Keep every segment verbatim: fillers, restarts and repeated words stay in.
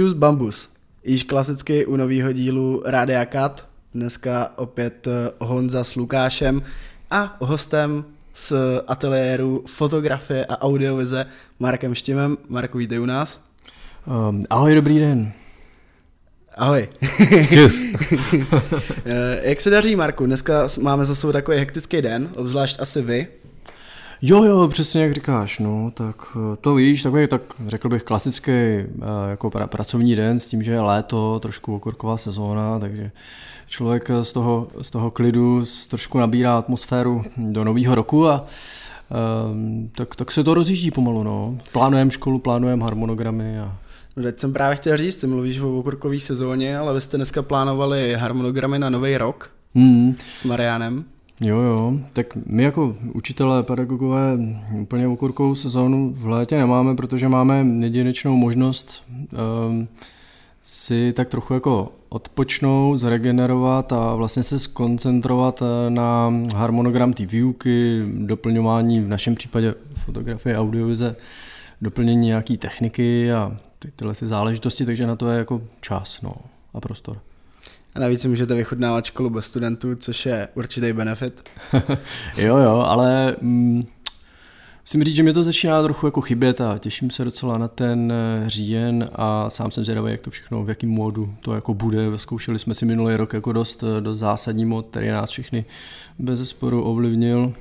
Čus Bambus, již klasicky u nového dílu Rádia Kat, dneska opět Honza s Lukášem a hostem z ateliéru fotografie a audiovize Markem Štimem. Marku, vítej u nás. Um, ahoj, dobrý den. Ahoj. Čus. Jak se daří, Marku? Dneska máme za sebou takový hektický den, obzvlášť asi vy. Jo, jo, přesně jak říkáš, no, tak to víš, takový, tak řekl bych klasický jako pra, pracovní den s tím, že je léto, trošku okurková sezóna, takže člověk z toho, z toho klidu trošku nabírá atmosféru do nového roku a um, tak, tak se to rozjíždí pomalu, no. Plánujeme školu, plánujeme harmonogramy a... No, teď jsem právě chtěl říct, ty mluvíš o okurkové sezóně, ale vy jste dneska plánovali harmonogramy na nový rok hmm. s Marianem. Jo, jo, tak my jako učitelé, pedagogové úplně okurkovou sezónu v létě nemáme, protože máme jedinečnou možnost um, si tak trochu jako odpočnout, zregenerovat a vlastně se skoncentrovat na harmonogram té výuky, doplňování, v našem případě fotografie, audiovize, doplnění nějaký techniky a ty, tyhle ty záležitosti, takže na to je jako čas, no, a prostor. A navíc můžete vychutnávat školu bez studentů, což je určitý benefit. jo, jo, ale mm, musím říct, že mě to začíná trochu jako chybět a těším se docela na ten říjen a sám jsem zvědavý, jak to všechno, v jakém módu to jako bude. Zkoušeli jsme si minulý rok jako dost, dost zásadní mod, který nás všechny bezesporu ovlivnil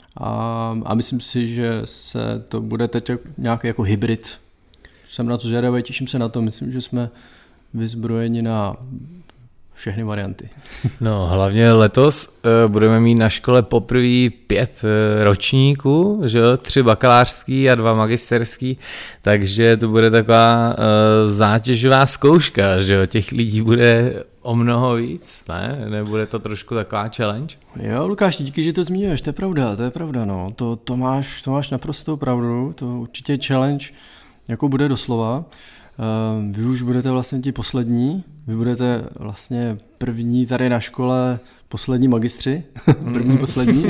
a, a myslím si, že se to bude teď nějaký jako hybrid. Jsem na to zvědavý, těším se na to, myslím, že jsme vyzbrojeni na všechny varianty. No, hlavně letos uh, budeme mít na škole poprvé pět uh, ročníků, že jo, tři bakalářský a dva magisterský, takže to bude taková uh, zátěžová zkouška, že jo, těch lidí bude o mnoho víc, ne? Nebude to trošku taková challenge? Jo, Lukáš, díky, že to zmiňuješ, to je pravda, to je pravda, no, to, to, máš, to máš naprostou pravdu, to určitě challenge jako bude doslova. Vy už budete vlastně ti poslední, vy budete vlastně první tady na škole, poslední magistři, první, poslední.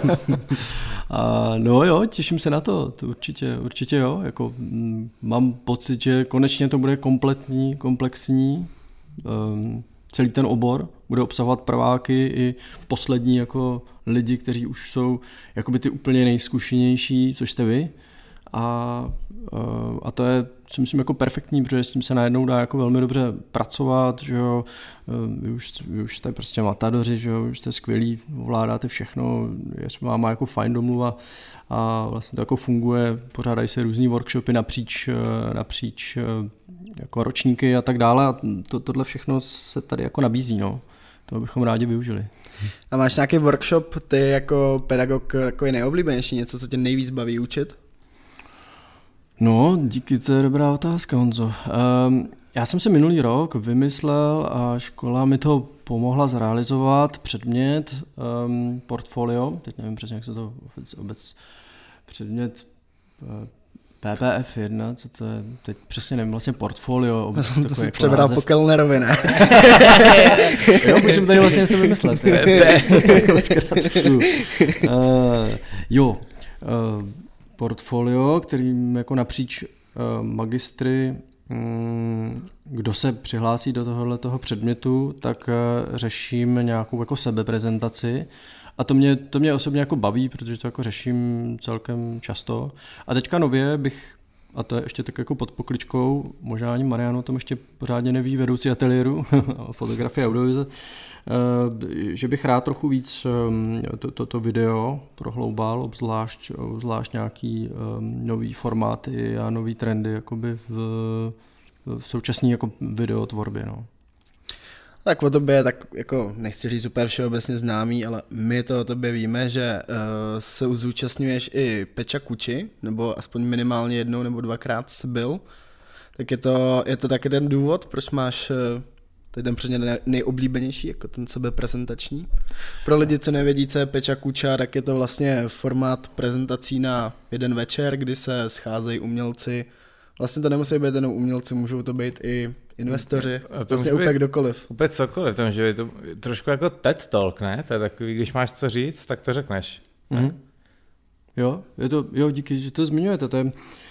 A no jo, těším se na to, to určitě, určitě jo, jako mám pocit, že konečně to bude kompletní, komplexní, um, celý ten obor bude obsahovat prváky i poslední jako lidi, kteří už jsou jakoby ty úplně nejzkušenější, což jste vy. A, a to je, si myslím, jako perfektní, protože s tím se najednou dá jako velmi dobře pracovat, že jo, vy už, vy už jste prostě matadoři, že jo, už jste skvělí, ovládáte všechno, je vám jako fajn domluva a vlastně to jako funguje, pořádají se různý workshopy napříč, napříč jako ročníky a tak dále a to, tohle všechno se tady jako nabízí, no, to bychom rádi využili. A máš nějaký workshop, ty jako pedagog takový nejoblíbenější, něco, co tě nejvíc baví učit? No, díky, to je dobrá otázka, Honzo. Um, já jsem si minulý rok vymyslel a škola mi to pomohla zrealizovat předmět um, portfolio, teď nevím přesně, jak se to obec, obec předmět uh, P P F jedna, co to je, teď přesně nevím, vlastně portfolio. Obec, já jsem to si jako přebral název. Po Kellnerovi, ne? Jo, můžeme tady vlastně něco vymyslet. uh, jo, uh, portfolio, kterým jako napříč uh, magistry, um, kdo se přihlásí do tohohle toho předmětu, tak uh, řeším nějakou jako sebeprezentaci a to mě, to mě osobně jako baví, protože to jako řeším celkem často. A teďka nově bych, a to je ještě tak jako pod pokličkou, možná ani Marian o tom ještě pořádně neví, vedoucí ateliéru fotografie a audiovize, že bych rád trochu víc to, to, to video prohloubal, obzvlášť, obzvlášť nějaký um, nový formáty a nový trendy jakoby v, v současné jako videotvorbě. No. Tak o tobě, tak jako nechci říct úplně všeobecně známý, ale my to o tobě víme, že uh, se zúčastňuješ i Peča Kuči, nebo aspoň minimálně jednou nebo dvakrát jsi byl. Tak je to, je to taky ten důvod, proč máš... Uh, To je ten předně nejoblíbenější, jako ten sebeprezentační. Pro lidi, co nevědí, co je Peča Kuča, tak je to vlastně formát prezentací na jeden večer, kdy se scházejí umělci. Vlastně to nemusí být jenom umělci, můžou to být i investoři, vlastně úplně kdokoliv. Úplně cokoliv, to může být to trošku jako TED Talk, ne? To je takový, když máš co říct, tak to řekneš. Mm-hmm. Jo, je to, jo, díky, že to zmiňujete. To je,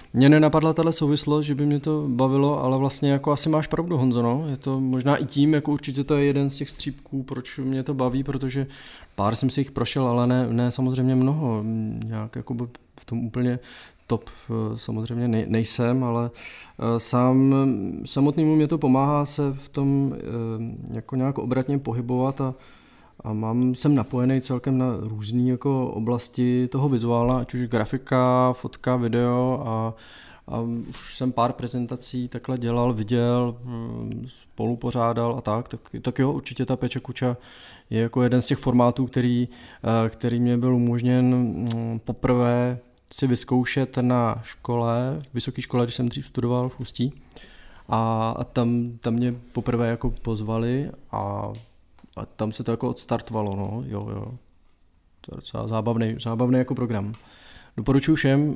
Mě nenapadla tahle souvislost, že by mě to bavilo, ale vlastně jako asi máš pravdu, Honzo, no. Je to možná i tím, jako určitě to je jeden z těch střípků, proč mě to baví, protože pár jsem si jich prošel, ale ne, ne samozřejmě mnoho. Nějak jako v tom úplně top samozřejmě nej, nejsem, ale sám samotnému mě to pomáhá se v tom jako nějak obratně pohybovat a A mám, jsem napojený celkem na různé jako oblasti toho vizuála, ať už grafika, fotka, video a, a už jsem pár prezentací takhle dělal, viděl, spolu pořádal a tak, tak, tak jo, určitě ta Peča Kuča je jako jeden z těch formátů, který, který mě byl umožněn poprvé si vyzkoušet na škole, vysoké škole, když jsem dřív studoval v Ústí a, a tam, tam mě poprvé jako pozvali a A tam se to jako odstartovalo, no, jo, jo. To je docela zábavný, zábavný jako program. Doporučuji všem,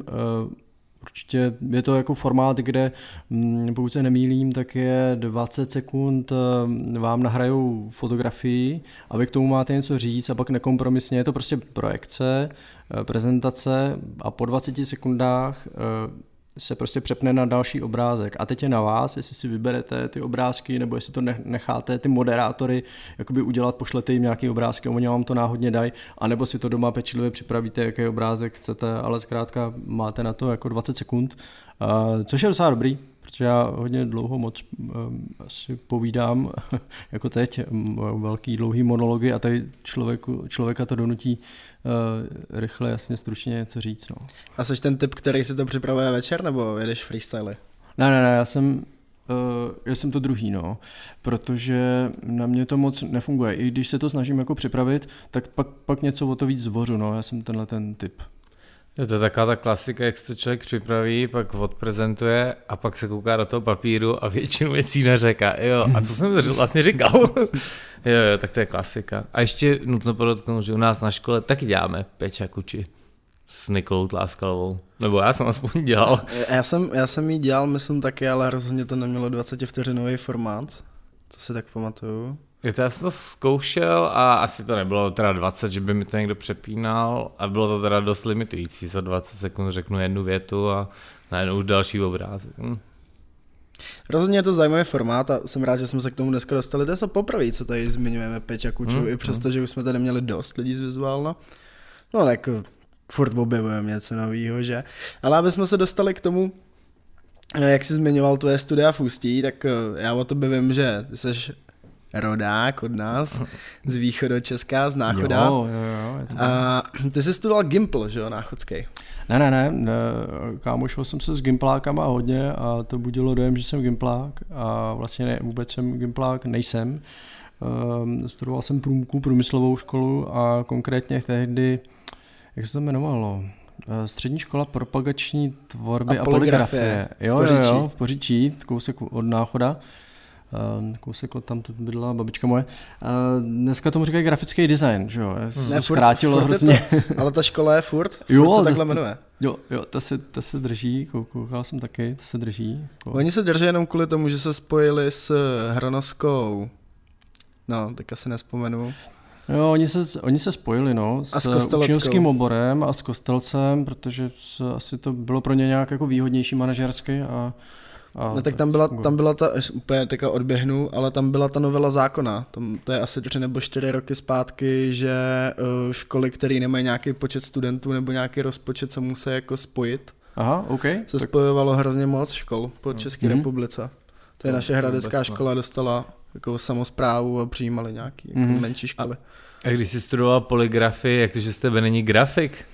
určitě je to jako formát, kde, pokud se nemýlím, tak je dvacet sekund vám nahrajou fotografii a vy k tomu máte něco říct a pak nekompromisně je to prostě projekce, prezentace a po dvaceti sekundách se prostě přepne na další obrázek. A teď je na vás, jestli si vyberete ty obrázky, nebo jestli to necháte ty moderátory jakoby udělat, pošlete jim nějaký obrázky, oni vám to náhodně dají, anebo si to doma pečlivě připravíte, jaký obrázek chcete, ale zkrátka máte na to jako dvacet sekund, což je docela dobrý, protože já hodně dlouho moc um, asi povídám, jako teď, velký dlouhý monology a tady člověku, člověka to donutí uh, rychle, jasně, stručně něco říct. No. A jsi ten typ, který si to připravuje večer, nebo jedeš freestyly? Ne, ne, ne, já jsem, uh, já jsem to druhý, no, protože na mě to moc nefunguje. I když se to snažím jako připravit, tak pak, pak něco o to víc zvořu, no, já jsem tenhle ten typ. Je to taková ta klasika, jak se to člověk připraví, pak odprezentuje a pak se kouká do toho papíru a většinu věcí neřeká. Jo, a co jsem vlastně říkal? jo, jo, tak to je klasika. A ještě nutno podotknout, že u nás na škole taky děláme Peča Kuči s Nikolou Tláskalovou. Nebo já jsem aspoň dělal. Já jsem, já jsem jí dělal, myslím taky, ale rozhodně to nemělo dvacetivteřinový formát. To si tak pamatuju. Já jsem to zkoušel a asi to nebylo teda dvacet, že by mi to někdo přepínal a bylo to teda dost limitující. Za dvacet sekund řeknu jednu větu a najednou už další obrázek. Hm. Rozhodně je to zajímavý formát a jsem rád, že jsme se k tomu dneska dostali. To je poprvé, co tady zmiňujeme Peča Kuču, hm, i přesto, hm. že už jsme tady měli dost lidí z vizuálna. No tak furt objevujeme něco novýho, že? Ale aby jsme se dostali k tomu, jak jsi zmiňoval tvoje studia v Ústí, tak já o tobě vím, že ty jsi rodák od nás, z východočeská, z Náchoda. Jo, jo, jo. A ty jsi studoval Gimpl, že jo, náchodský? Ne, ne, ne, ne, kámošil jsem se s gimplákama hodně a to budilo dojem, že jsem gimplák a vlastně ne, vůbec jsem gimplák nejsem. Um, studoval jsem průmku, průmyslovou školu a konkrétně tehdy, jak se to jmenovalo? Střední škola propagační tvorby a, a poligrafie. Jo, v jo, jo, v Poříčí, kousek od Náchoda. Kousek od tam tu bydlela babička moje. Dneska tomu říkají grafický design, že jo? Ne, to zkrátilo furt hrozně. To, ale ta škola je furt, furt jo, se takhle jmenuje. Jo, jo, ta se, ta se drží, koukal jsem taky, ta se drží. Jako. Oni se drží jenom kvůli tomu, že se spojili s Hronoskou. No, tak asi nespomenu. Jo, oni se, oni se spojili, no, s, s učňovským oborem a s Kostelcem, protože asi to bylo pro ně nějak jako výhodnější manažersky a A, no tak tam byla, tam byla ta, úplně teďka odběhnu, ale tam byla ta novela zákona, tam, to je asi tři nebo čtyři roky zpátky, že uh, školy, které nemají nějaký počet studentů nebo nějaký rozpočet, se musí jako spojit. Aha, ok. Se tak... spojovalo hrozně moc škol po České mm-hmm. republice. To je no, naše hradecká vůbec, škola, dostala jako samosprávu a přijímali nějaký jako mm-hmm. menší školy. A, a když jsi studoval poligrafii, jak to, že z tebe není grafik?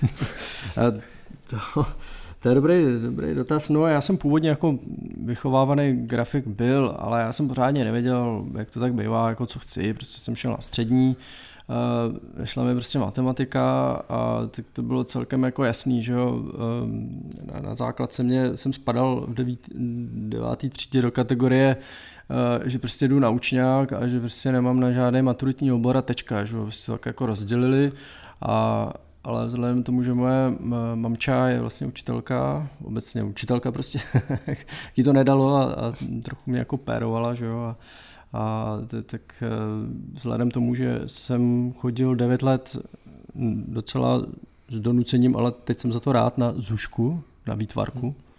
to... To je dobrý, dobrý dotaz. No, já jsem původně jako vychovávaný grafik byl, ale já jsem pořádně nevěděl, jak to tak bývá, jako co chci. Prostě jsem šel na střední, uh, šla mi prostě matematika a tak to bylo celkem jako jasný, že jo. Um, na, na základce mě jsem spadal v devít, devátý třídě do kategorie, uh, že prostě jdu na učňák a že prostě nemám na žádný maturitní obor a tečka, že jo. Prostě tak jako rozdělili a ale vzhledem k tomu, že moje mamča je vlastně učitelka, obecně učitelka prostě, jí to nedalo a, a trochu mě jako pérovala, že jo, a, a t, tak vzhledem k tomu, že jsem chodil devět let docela s donucením, ale teď jsem za to rád na zušku, na výtvarku,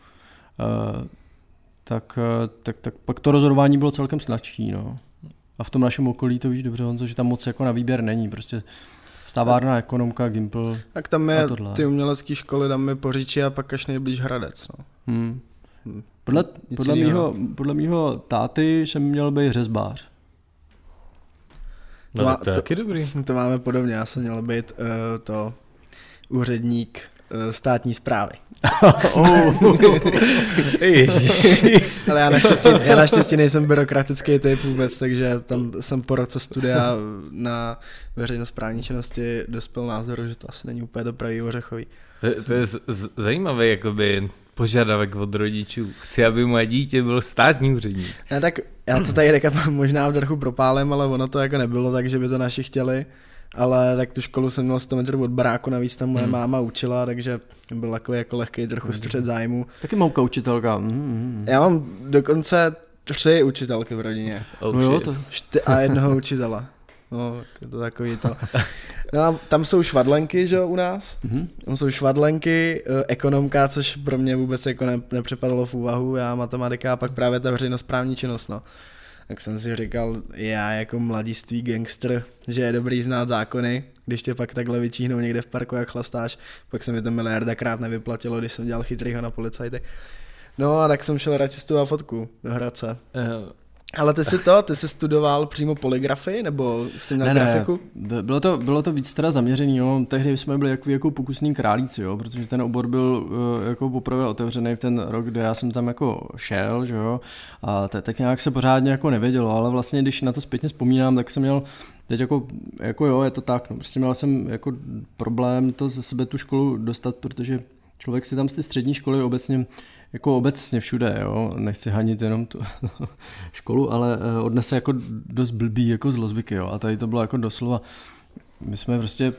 tak, tak, tak pak to rozhodování bylo celkem snadší, no. A v tom našem okolí to víš dobře, Honzo, že tam moc jako na výběr není, prostě stavárna, ekonomka, Gimpl. Tak tam je ty umělecké školy, tam je Poříčí a pak až nejblíž Hradec, no. Hmm. Hmm. Podle, podle, mýho, podle mýho táty jsem měl být řezbář. No, to, to je taky dobrý. To máme podobně, já jsem měl být uh, to úředník uh, státní správy. Ale já naštěstí, já naštěstí nejsem byrokratický typ vůbec, takže tam jsem po roce studia na veřejnosprávní činnosti dospěl názoru, že to asi není úplně do pravý ořechový. To, to je z, z, zajímavý jakoby požadavek od rodičů. Chci, aby moje dítě bylo státní úředník. Ne, tak já to tady možná v trochu propálem, ale ono to jako nebylo tak, že by to naši chtěli. Ale tak tu školu jsem měl sto metrů od baráku, navíc tam moje hmm. máma učila, takže byl jako, jako lehký trochu střed zájmu. Taky mamka učitelka. Mm-hmm. Já mám dokonce tři učitelky v rodině. Oh, no jo, to... Šty- a jednoho učitela. No, je to takový to. No a tam jsou švadlenky, že jo, u nás. Mm-hmm. Tam jsou švadlenky, ekonomka, což pro mě vůbec jako ne, nepřipadalo v úvahu, já matematika a pak právě ta veřejnosprávní činnost, no. Tak jsem si říkal, já jako mladiství gangster, že je dobrý znát zákony, když tě pak takhle vyčíhnou někde v parku, jak chlastáš, pak se mi to miliardakrát nevyplatilo, když jsem dělal chytrýho na policajty. No a tak jsem šel radši studovat fotku do Hradce. Uh. Ale ty jsi to, ty jsi studoval přímo polygrafii, nebo jsi měl ne, grafiku? Ne, bylo to, bylo to víc teda zaměřený, jo. Tehdy jsme byli jako, jako pokusní králíci, jo, protože ten obor byl jako poprvé otevřený v ten rok, kdy já jsem tam jako šel, že jo, a te, tak nějak se pořádně jako nevědělo, ale vlastně když na to zpětně vzpomínám, tak jsem měl teď jako, jako jo, je to tak, no, prostě měl jsem jako problém to ze sebe tu školu dostat, protože člověk si tam z té střední školy obecně jako obecně všude, jo, nechci hanit jenom tu školu, ale odnese jako dost blbý jako zlozvyky, jo, a tady to bylo jako doslova, my jsme prostě,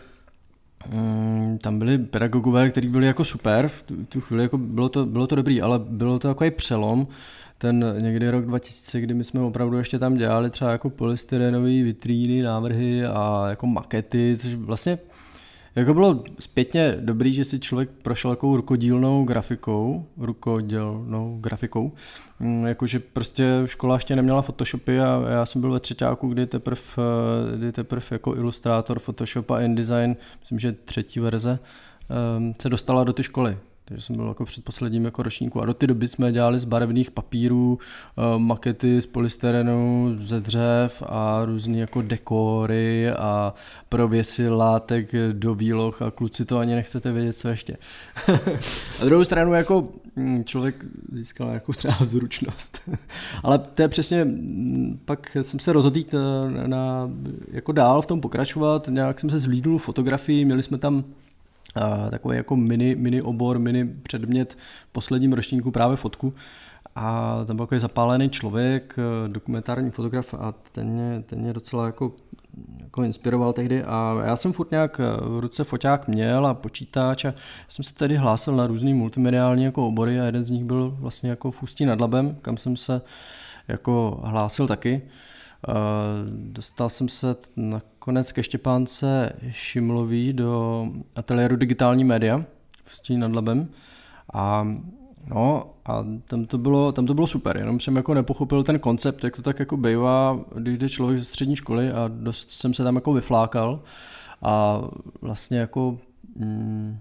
um, tam byli pedagogové, kteří byli jako super, v tu, tu chvíli jako bylo to, bylo to dobrý, ale bylo to takový přelom, ten někdy rok dva tisíce, kdy my jsme opravdu ještě tam dělali třeba jako polystyrenové vitríny, návrhy a jako makety, což vlastně jako bylo zpětně dobrý, že si člověk prošel takovou rukodílnou grafikou, rukodělnou grafikou, jakože prostě škola ještě neměla Photoshopy a já jsem byl ve třetíku, kdy teprve, kdy teprve jako ilustrátor Photoshop a InDesign, myslím, že třetí verze, se dostala do ty školy. Takže jsem byl jako předposledním jako ročníku a do té doby jsme dělali z barevných papírů makety z polystyrenu, ze dřev a různý jako dekory a prověsy látek do výloh a kluci to ani nechcete vědět, co ještě. A druhou stranu jako člověk získal jako třeba zručnost. Ale to je přesně, pak jsem se rozhodl jít na, na, jako dál v tom pokračovat, nějak jsem se zhlídnul fotografii, měli jsme tam Uh, takový jako mini, mini obor, mini předmět v posledním ročníku právě fotku a tam byl takový zapálený člověk, dokumentární fotograf a ten mě, ten mě docela jako, jako inspiroval tehdy a já jsem furt nějak v ruce foťák měl a počítač a jsem se tedy hlásil na různý multimediální jako obory a jeden z nich byl vlastně jako v Ústí nad Labem, kam jsem se jako hlásil taky. Uh, dostal jsem se nakonec ke Štěpánce Šimlový do ateliéru Digitální média v Ústí nad Labem a no a tam to bylo, tam to bylo super, jenom jsem jako nepochopil ten koncept, jak to tak jako bývá, když jde člověk ze střední školy a dost jsem se tam jako vyflákal a vlastně jako mm,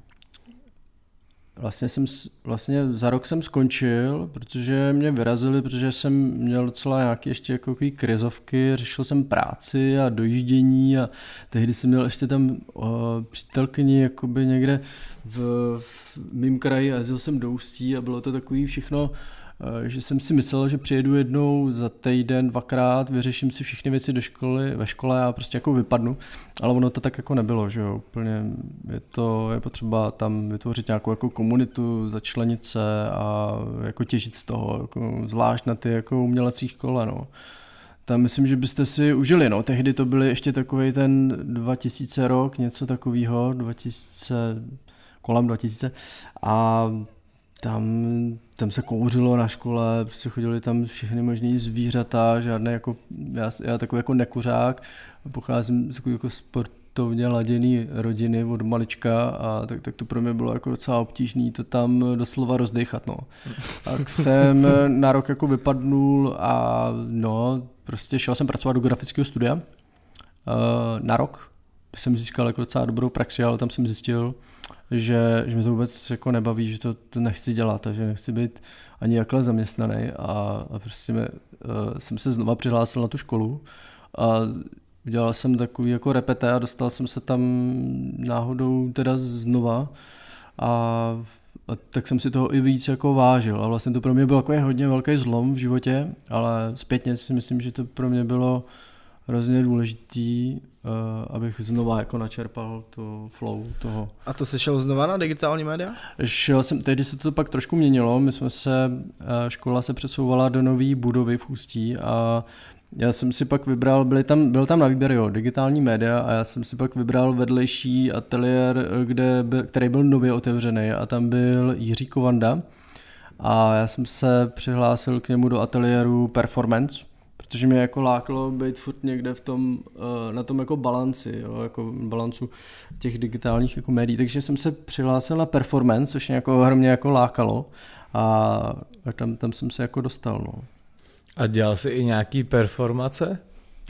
Vlastně jsem vlastně za rok jsem skončil, protože mě vyrazili, protože jsem měl docela nějaké ještě jako krizovky, řešil jsem práci a dojíždění a tehdy jsem měl ještě tam uh, přítelkyni jakoby někde v, v mým kraji a jezdil jsem do Ústí a bylo to takový všechno, uh, že jsem si myslel, že přijedu jednou za týden, dvakrát, vyřeším si všechny věci do školy, ve škole a prostě jako vypadnu, ale ono to tak jako nebylo, že jo, úplně je to, je potřeba tam vytvořit nějakou jako komunitu, začlenit se a jako těžit z toho, jako zvlášť na ty jako umělecí škole, no. Tam myslím, že byste si užili, no, tehdy to byly ještě takovej ten dva tisíce rok, něco takového, dva tisíce, kolem dva tisíce a tam, tam se kouřilo na škole, prostě chodili tam všechny možný zvířata, žádné jako, já, já takový jako nekuřák, pocházím z takového jako sport, sportovně laděný rodiny od malička a tak, tak to pro mě bylo jako docela obtížný to tam doslova rozdechat, no. Tak jsem na rok jako vypadnul a no, prostě šel jsem pracovat do grafického studia uh, na rok, kde jsem získal jako docela dobrou praxi, ale tam jsem zjistil, že, že mi to vůbec jako nebaví, že to, to nechci dělat a že nechci být ani jakhle zaměstnaný a, a prostě mě, uh, jsem se znova přihlásil na tu školu a udělal jsem takový jako repete a dostal jsem se tam náhodou teda znova a, a tak jsem si toho i víc jako vážil a vlastně to pro mě byl jako hodně velký zlom v životě, ale zpětně si myslím, že to pro mě bylo hrozně důležitý, uh, abych znova jako načerpal to flow toho. A to jsi šel znova na digitální média? Šel jsem, tehdy se to pak trošku měnilo, my jsme se, uh, škola se přesouvala do nové budovy v Ústí a já jsem si pak vybral, byly tam, byl tam na výběr, jo, digitální média a já jsem si pak vybral vedlejší ateliér, kde byl, který byl nově otevřený a tam byl Jiří Kovanda a já jsem se přihlásil k němu do ateliéru Performance, protože mě jako lákalo být furt někde v tom, na tom jako balanci, jo, jako balancu těch digitálních jako médií, takže jsem se přihlásil na Performance, což mě jako hromně jako lákalo a, a tam, tam jsem se jako dostal, no. A dělal jsi i nějaký performace?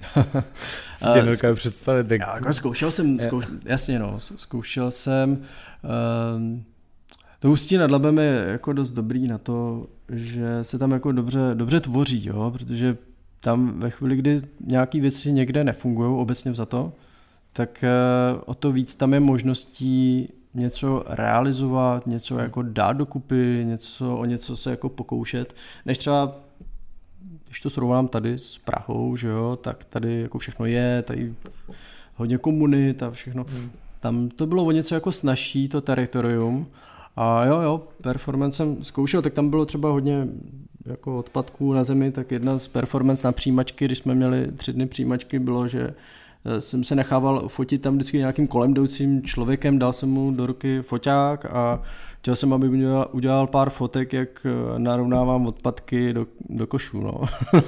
Si tě dokážu představit. Já, jako zkoušel jsem, zkouš, jasně no, zkoušel jsem, um, to Ústí nad Labem je jako dost dobrý na to, že se tam jako dobře, dobře tvoří, jo, protože tam ve chvíli, kdy nějaký věci někde nefungují obecně vzato, tak uh, o to víc tam je možností něco realizovat, něco jako dát dokupy, něco, o něco se jako pokoušet, než třeba když to srovnám tady s Prahou, že jo, tak tady jako všechno je, tady hodně komunit a všechno. Hmm. Tam to bylo o něco jako snazší, to teritorium. A jo, jo, performance jsem zkoušel, tak tam bylo třeba hodně jako odpadků na zemi, tak jedna z performance na přijímačky, když jsme měli tři dny přijímačky, bylo, že jsem se nechával fotit tam vždycky nějakým kolem jdoucím člověkem, dal jsem mu do ruky foťák a chtěl jsem, aby udělal, udělal pár fotek, jak narovnávám odpadky do, do košů, no.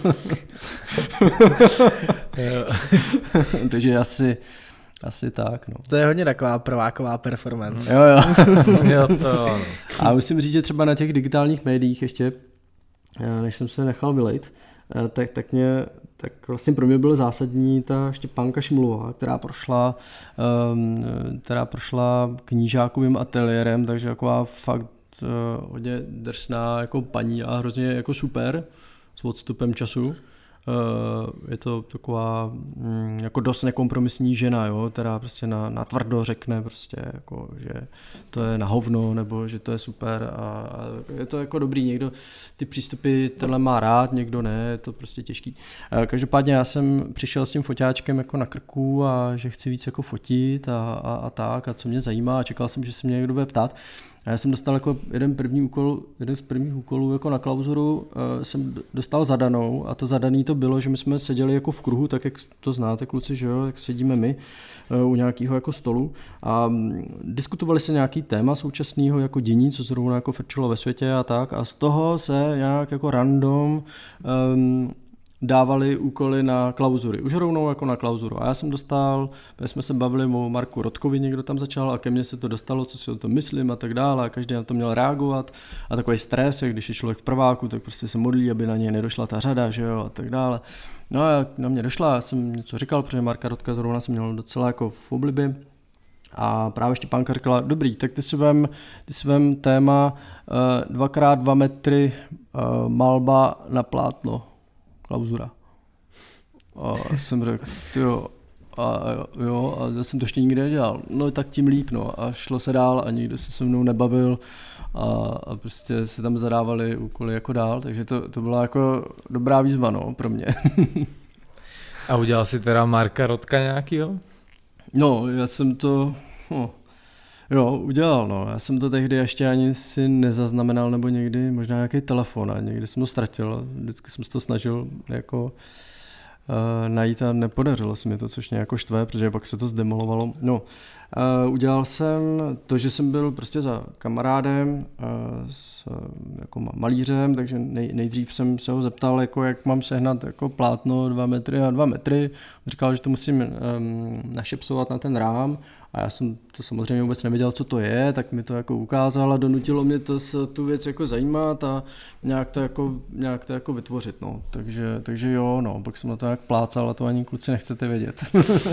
Takže asi, asi tak, no. To je hodně taková prváková performance. Jo, jo. Jo, to. A musím říct, že třeba na těch digitálních médiích ještě, než jsem se nechal vylejt, tak, tak mě tak vlastně pro mě byla zásadní ta Štěpánka Šimlová, která prošla, um, která prošla knížákovým ateliérem, takže taková fakt uh, hodně drsná jako paní a hrozně jako super s odstupem času. Uh, je to taková um, jako dost nekompromisní žena, jo, která prostě na, na tvrdo řekne prostě jako, že to je na hovno nebo že to je super a, a je to jako dobrý, někdo ty přístupy tenhle má rád, někdo ne, je to prostě těžký. Uh, každopádně já jsem přišel s tím foťáčkem jako na krku a že chci víc jako fotit a, a, a tak a co mě zajímá a čekal jsem, že se mě někdo bude ptát. A já jsem dostal jako jeden první úkol, jeden z prvních úkolů jako na klauzuru uh, jsem dostal zadanou a to zadaný to bylo, že my jsme seděli jako v kruhu, tak jak to znáte kluci, že jo, jak sedíme my uh, u nějakého jako stolu a um, diskutovali se nějaký téma současného jako dění, co zrovna jako frčilo ve světě a tak a z toho se nějak jako random um, dávali úkoly na klauzury, už rovnou jako na klauzuru. A já jsem dostal, jsme se bavili o Marku Rodkovi, někdo tam začal a ke mně se to dostalo, co si o tom myslím a tak dále a každý na to měl reagovat a takový stres, jak když je člověk v prváku, tak prostě se modlí, aby na něj nedošla ta řada, že jo, a tak dále. No a na mě došla, já jsem něco říkal, protože Marka Rodka zrovna jsem měl docela jako v oblibě a právě Štěpánka říkala, dobrý, tak ty si vem, ty si vem téma uh, dvakrát dva metry uh, malba na plátno. Klauzura. A jsem řekl, tyjo, a jo, a já jsem to ještě nikdy nedělal. No tak tím líp, no. A šlo se dál a nikdo se se mnou nebavil a, a prostě se tam zadávali úkoly jako dál, takže to, to byla jako dobrá výzva, no, pro mě. A udělal si teda Marka Rodka nějakýho? No, já jsem to, no, jo, udělal, no. Já jsem to tehdy ještě ani si nezaznamenal, nebo někdy možná nějaký telefon a někdy jsem to ztratil. Vždycky jsem se to snažil jako najít a nepodařilo se mi to, což mě jako štve, protože pak se to zdemolovalo. No, uh, udělal jsem to, že jsem byl prostě za kamarádem, uh, s, uh, jako malířem, takže nej, nejdřív jsem se ho zeptal, jako jak mám sehnat jako plátno dva metry a dva metry. Říkal, že to musím um, našepsovat na ten rám. A já jsem to samozřejmě vůbec nevěděl, co to je, tak mi to jako ukázal a donutilo mě to se tu věc jako zajímat a nějak to jako, nějak to jako vytvořit, no. Takže, takže jo, no, pak jsem na to nějak plácal a to ani kluci nechcete vědět.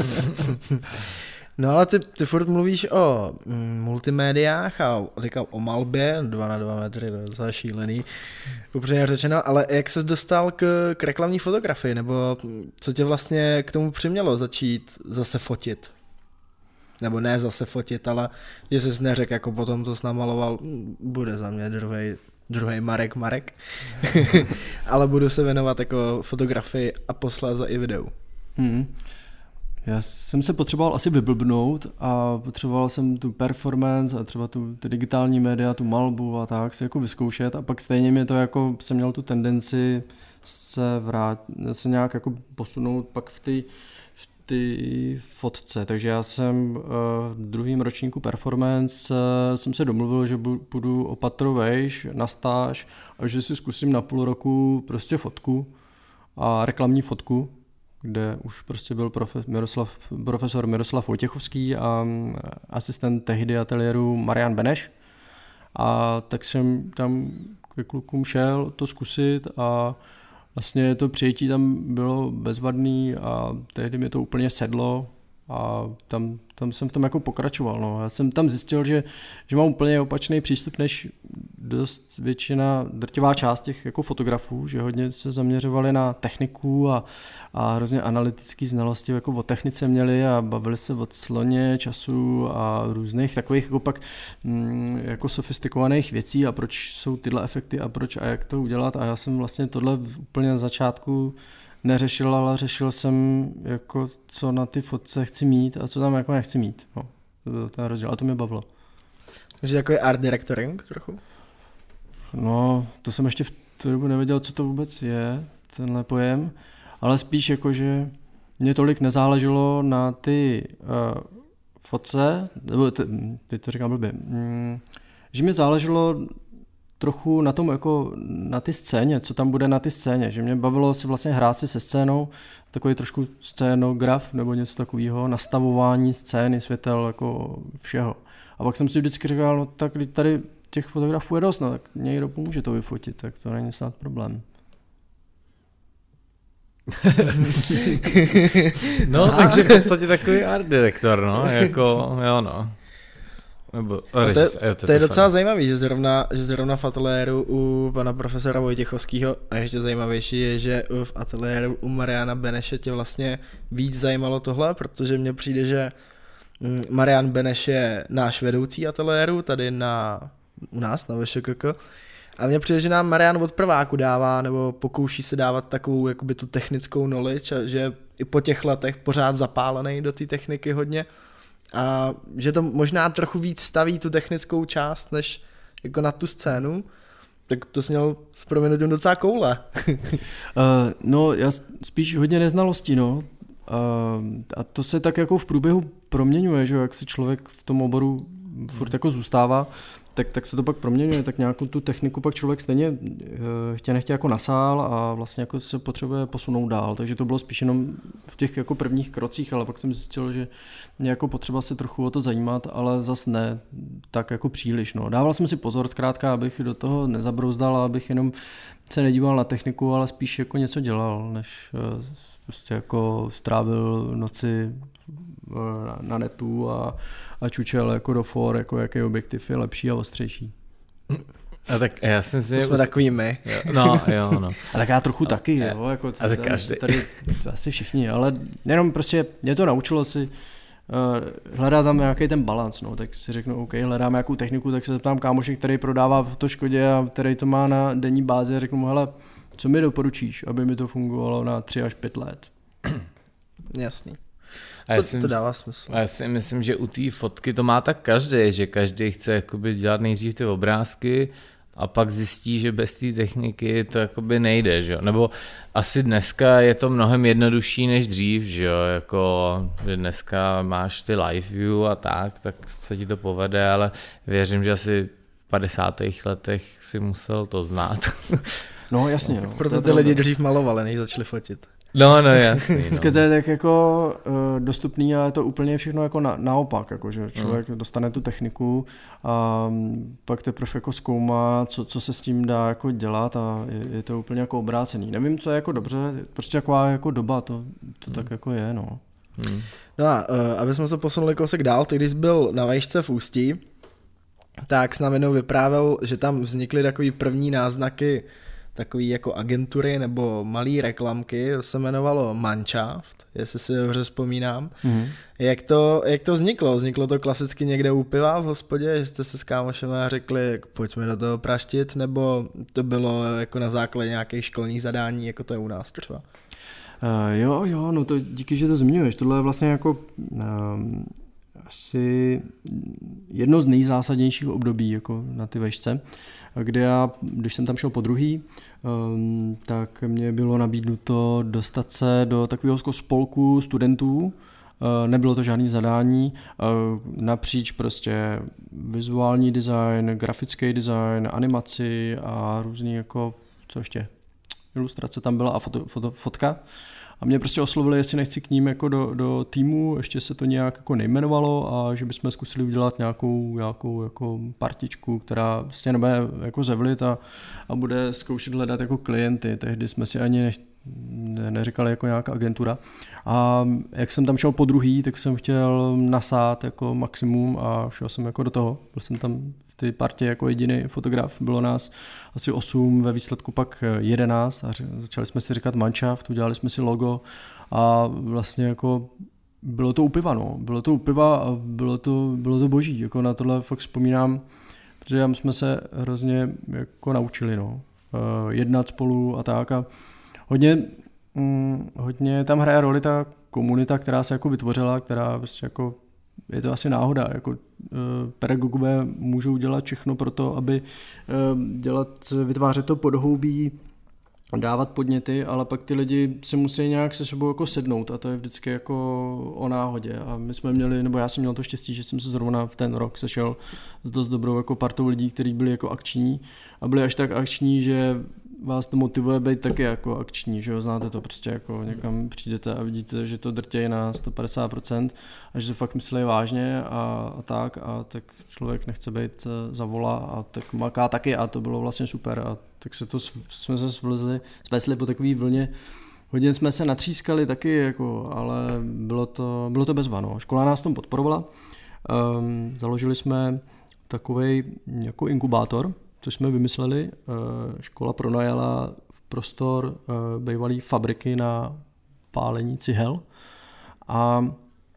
No ale ty, ty furt mluvíš o mm, multimédiách a říkám o malbě, dva na dva metry, to je docela šílený, upřímně řečeno, ale jak ses dostal k, k reklamní fotografii, nebo co tě vlastně k tomu přimělo začít zase fotit? Nebo ne zase fotit, ale že jsi neřekl, jako potom to namaloval, bude za mě druhej, druhej Marek Marek, ale budu se věnovat jako fotografii a posléze i videu. Hmm. Já jsem se potřeboval asi vyblbnout a potřeboval jsem tu performance a třeba tu, ty digitální média, tu malbu a tak se jako vyzkoušet a pak stejně mě to jako, jsem měl tu tendenci se vrát, se nějak jako posunout pak v ty ty fotce, takže já jsem v druhém ročníku performance jsem se domluvil, že budu o patro vejš na stáž a že si zkusím na půl roku prostě fotku a reklamní fotku, kde už prostě byl profe, Miroslav, profesor Miroslav Vojtěchovský a asistent tehdy ateliéru Marian Beneš a tak jsem tam ke klukům šel to zkusit a vlastně to přijetí tam bylo bezvadný a tehdy mi to úplně sedlo a tam, tam jsem v tom jako pokračoval. No. Já jsem tam zjistil, že, že mám úplně opačný přístup než dost většina, drtivá část těch jako fotografů, že hodně se zaměřovali na techniku a, a hrozně analytické znalosti jako o technice měli a bavili se o sloně času a různých takových jako pak mm, jako sofistikovaných věcí a proč jsou tyhle efekty a proč a jak to udělat a já jsem vlastně tohle úplně na začátku neřešil, ale řešil jsem, jako, co na ty fotce chci mít a co tam jako nechci mít. No, to, to je rozdíl. A to mě bavilo. Takže takový art directoring trochu? No, to jsem ještě v té dobu nevěděl, co to vůbec je, tenhle pojem, ale spíš jako, že mě tolik nezáleželo na ty uh, fotce, nebo teď to říkám blbě, mm, že mi záleželo trochu na tom, jako na ty scéně, co tam bude na ty scéně, že mě bavilo si vlastně hrát si se scénou, takový trošku scénograf nebo něco takového, nastavování scény, světel, jako všeho. A pak jsem si vždycky říkal, no tak tady těch fotografů je dost, no tak někdo pomůže to vyfotit, tak to není snad problém. No, takže v podstatě takový art director, no, jako, jo no. Nebo, to, je, to, je, to je docela zajímavý, že zrovna, že zrovna v ateliéru u pana profesora Vojtěchovského a ještě zajímavější je, že v ateliéru u Mariana Beneše tě vlastně víc zajímalo tohle, protože mně přijde, že Marian Beneš je náš vedoucí ateliéru tady na, u nás na V Š K K a mně přijde, že nám Marian od prváku dává nebo pokouší se dávat takovou jakoby tu technickou knowledge a že i po těch letech pořád zapálený do té techniky hodně. A že to možná trochu víc staví tu technickou část, než jako na tu scénu, tak to jsi měl s proměnutím docela koule. uh, no, já spíš hodně neznalostí, no. Uh, a to se tak jako v průběhu proměňuje, že jak se člověk v tom oboru furt jako zůstává, tak, tak se to pak proměňuje, tak nějakou tu techniku pak člověk stejně chtě nechtě jako nasál a vlastně jako se potřebuje posunout dál, takže to bylo spíš jenom v těch jako prvních krocích, ale pak jsem zjistil, že je jako potřeba se trochu o to zajímat, ale zas ne tak jako příliš, no. Dával jsem si pozor zkrátka, abych do toho nezabrouzdal a abych jenom se nedíval na techniku, ale spíš jako něco dělal, než prostě jako strávil noci na netu a, a čučel jako do for, jako jaký objektiv je lepší a ostřejší. A tak já jsem si... To jsme takový my. No, jo, no. A tak já trochu a, taky, jo, jako a tak každý. Tady asi všichni, ale jenom prostě mě to naučilo si uh, hledat tam nějaký ten balans, no, tak si řeknu, OK, hledám nějakou techniku, tak se zeptám kámoše, který prodává v to Škodě a který to má na denní bázi a řeknu mu, hele, co mi doporučíš, aby mi to fungovalo na tři až pět let? Jasný. A to, si to dává smysl. A já si myslím, že u té fotky to má tak každý, že každý chce jakoby dělat nejdřív ty obrázky a pak zjistí, že bez té techniky to jakoby nejde, že jo? Nebo asi dneska je to mnohem jednodušší než dřív, že jo, jako že dneska máš ty live view a tak, tak se ti to povede, ale věřím, že asi v padesátých letech si musel to znát. No jasně, no. Proto ty lidi dřív malovali, než začali fotit. No, no, jasný. Dneska No. to je tak jako uh, dostupný, ale je to úplně všechno jako na, naopak, jako, že člověk mm. dostane tu techniku a um, pak teprve jako zkoumá, co, co se s tím dá jako dělat a je, je to úplně jako obrácený. Nevím, co je jako dobře, prostě taková jako doba, to, to mm. tak jako je, no. Mm. No a uh, aby jsme se posunuli kousek dál, ty když jsi byl na vejšce v Ústí, tak s námi jednou vyprávěl, že tam vznikly takový první náznaky takový jako agentury nebo malý reklamky, to se jmenovalo Mannschaft, jestli si dobře vzpomínám. Mm-hmm. Jak to, jak to vzniklo? Vzniklo to klasicky někde u piva v hospodě, že jste se s kámošem řekli, pojďme do toho praštit, nebo to bylo jako na základě nějakých školních zadání, jako to je u nás třeba? Uh, jo, jo, no to díky, že to zmiňuješ. Tohle je vlastně jako um, asi jedno z nejzásadnějších období jako na ty vejšce, kde já, když jsem tam šel po druhý, um, tak mě bylo nabídnuto dostat se do takového spolku studentů. Uh, nebylo to žádný zadání, uh, napříč prostě vizuální design, grafický design, animaci a různý jako, co ještě, ilustrace tam byla a foto, foto, fotka. A mě prostě oslovili, jestli nechci k ním jako do, do týmu, ještě se to nějak jako nejmenovalo a že bychom zkusili udělat nějakou, nějakou jako partičku, která prostě nebude jako zevlit a, a bude zkoušet hledat jako klienty. Tehdy jsme si ani ne, ne, neříkali jako nějaká agentura. A jak jsem tam šel po druhý, tak jsem chtěl nasát jako maximum a šel jsem jako do toho. Byl jsem tam v té partě jako jediný fotograf, bylo nás asi osm, ve výsledku pak jedenáct a začali jsme si říkat Mannschaft, udělali jsme si logo a vlastně jako bylo to u piva, no. Bylo to u piva a bylo to, bylo to boží, jako na tohle fakt vzpomínám, protože tam jsme se hrozně jako naučili, no. Jednat spolu a tak a hodně, hm, hodně tam hraje roli ta komunita, která se jako vytvořila, která prostě jako je to asi náhoda, jako pedagogové můžou dělat všechno pro to, aby dělat, vytvářet to podhoubí, dávat podněty, ale pak ty lidi si musí nějak se sebou jako sednout a to je vždycky jako o náhodě a my jsme měli, nebo já jsem měl to štěstí, že jsem se zrovna v ten rok sešel s dost dobrou jako partou lidí, kteří byli jako akční a byli až tak akční, že vás to motivuje být taky jako akční, že jo, znáte to prostě jako někam přijdete a vidíte, že to drtějí na sto padesát procent a že to fakt myslí vážně a, a tak a tak člověk nechce být za vola a tak maká taky a to bylo vlastně super a tak se to jsme se svlezli, svesli po takový vlně, hodně jsme se natřískali taky jako, ale bylo to, bylo to bezva, no. Škola nás tom podporovala, um, založili jsme takovej jako inkubátor, což jsme vymysleli, škola pronajala v prostor bývalý fabriky na pálení cihel a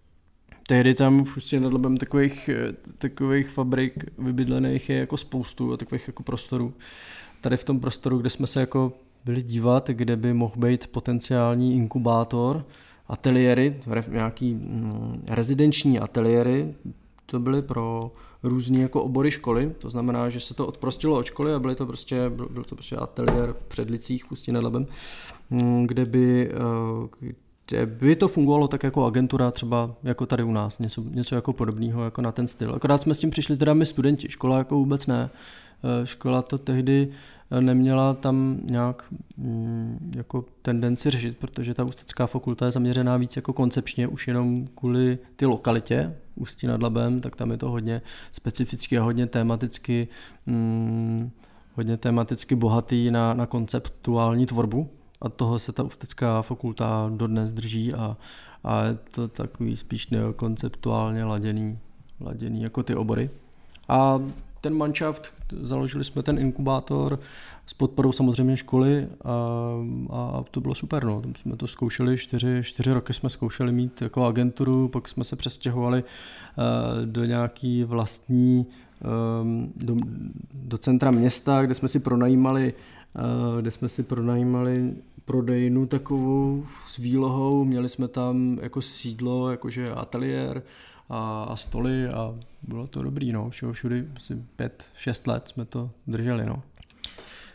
tehdy tam v Ústí nad Labem takových, takových fabrik vybydlených je jako spoustu a takových jako prostorů. Tady v tom prostoru, kde jsme se jako byli dívat, kde by mohl být potenciální inkubátor, ateliéry, nějaký mm, rezidenční ateliéry, to byly pro různý jako obory školy, to znamená, že se to odprostilo od školy a byly to prostě, byl to prostě ateliér v Předlicích v Ústí nad Labem, kde by, kde by to fungovalo tak jako agentura, třeba jako tady u nás, něco, něco jako podobného jako na ten styl. Akorát jsme s tím přišli teda my studenti, škola jako vůbec ne. Škola to tehdy neměla tam nějak mm, jako tendenci řešit, protože ta ústecká fakulta je zaměřená víc jako koncepčně, už jenom kvůli ty lokalitě Ústí nad Labem, tak tam je to hodně specificky a hodně tematicky, mm, hodně tematicky bohatý na, na konceptuální tvorbu a toho se ta ústecká fakulta dodnes drží a, a je to takový spíš neokonceptuálně laděný, laděný jako ty obory. A ten Mannschaft, založili jsme ten inkubátor s podporou samozřejmě školy a, a to bylo super. No. Tam jsme to zkoušeli, čtyři, čtyři roky jsme zkoušeli mít jako agenturu, pak jsme se přestěhovali uh, do nějaký vlastní, um, do, do centra města, kde jsme si pronajímali, uh, kde jsme si pronajímali prodejnu takovou s výlohou, měli jsme tam jako sídlo, jakože ateliér, A, a stoly a bylo to dobrý, no, všeho všudy asi pět, šest let jsme to drželi, no.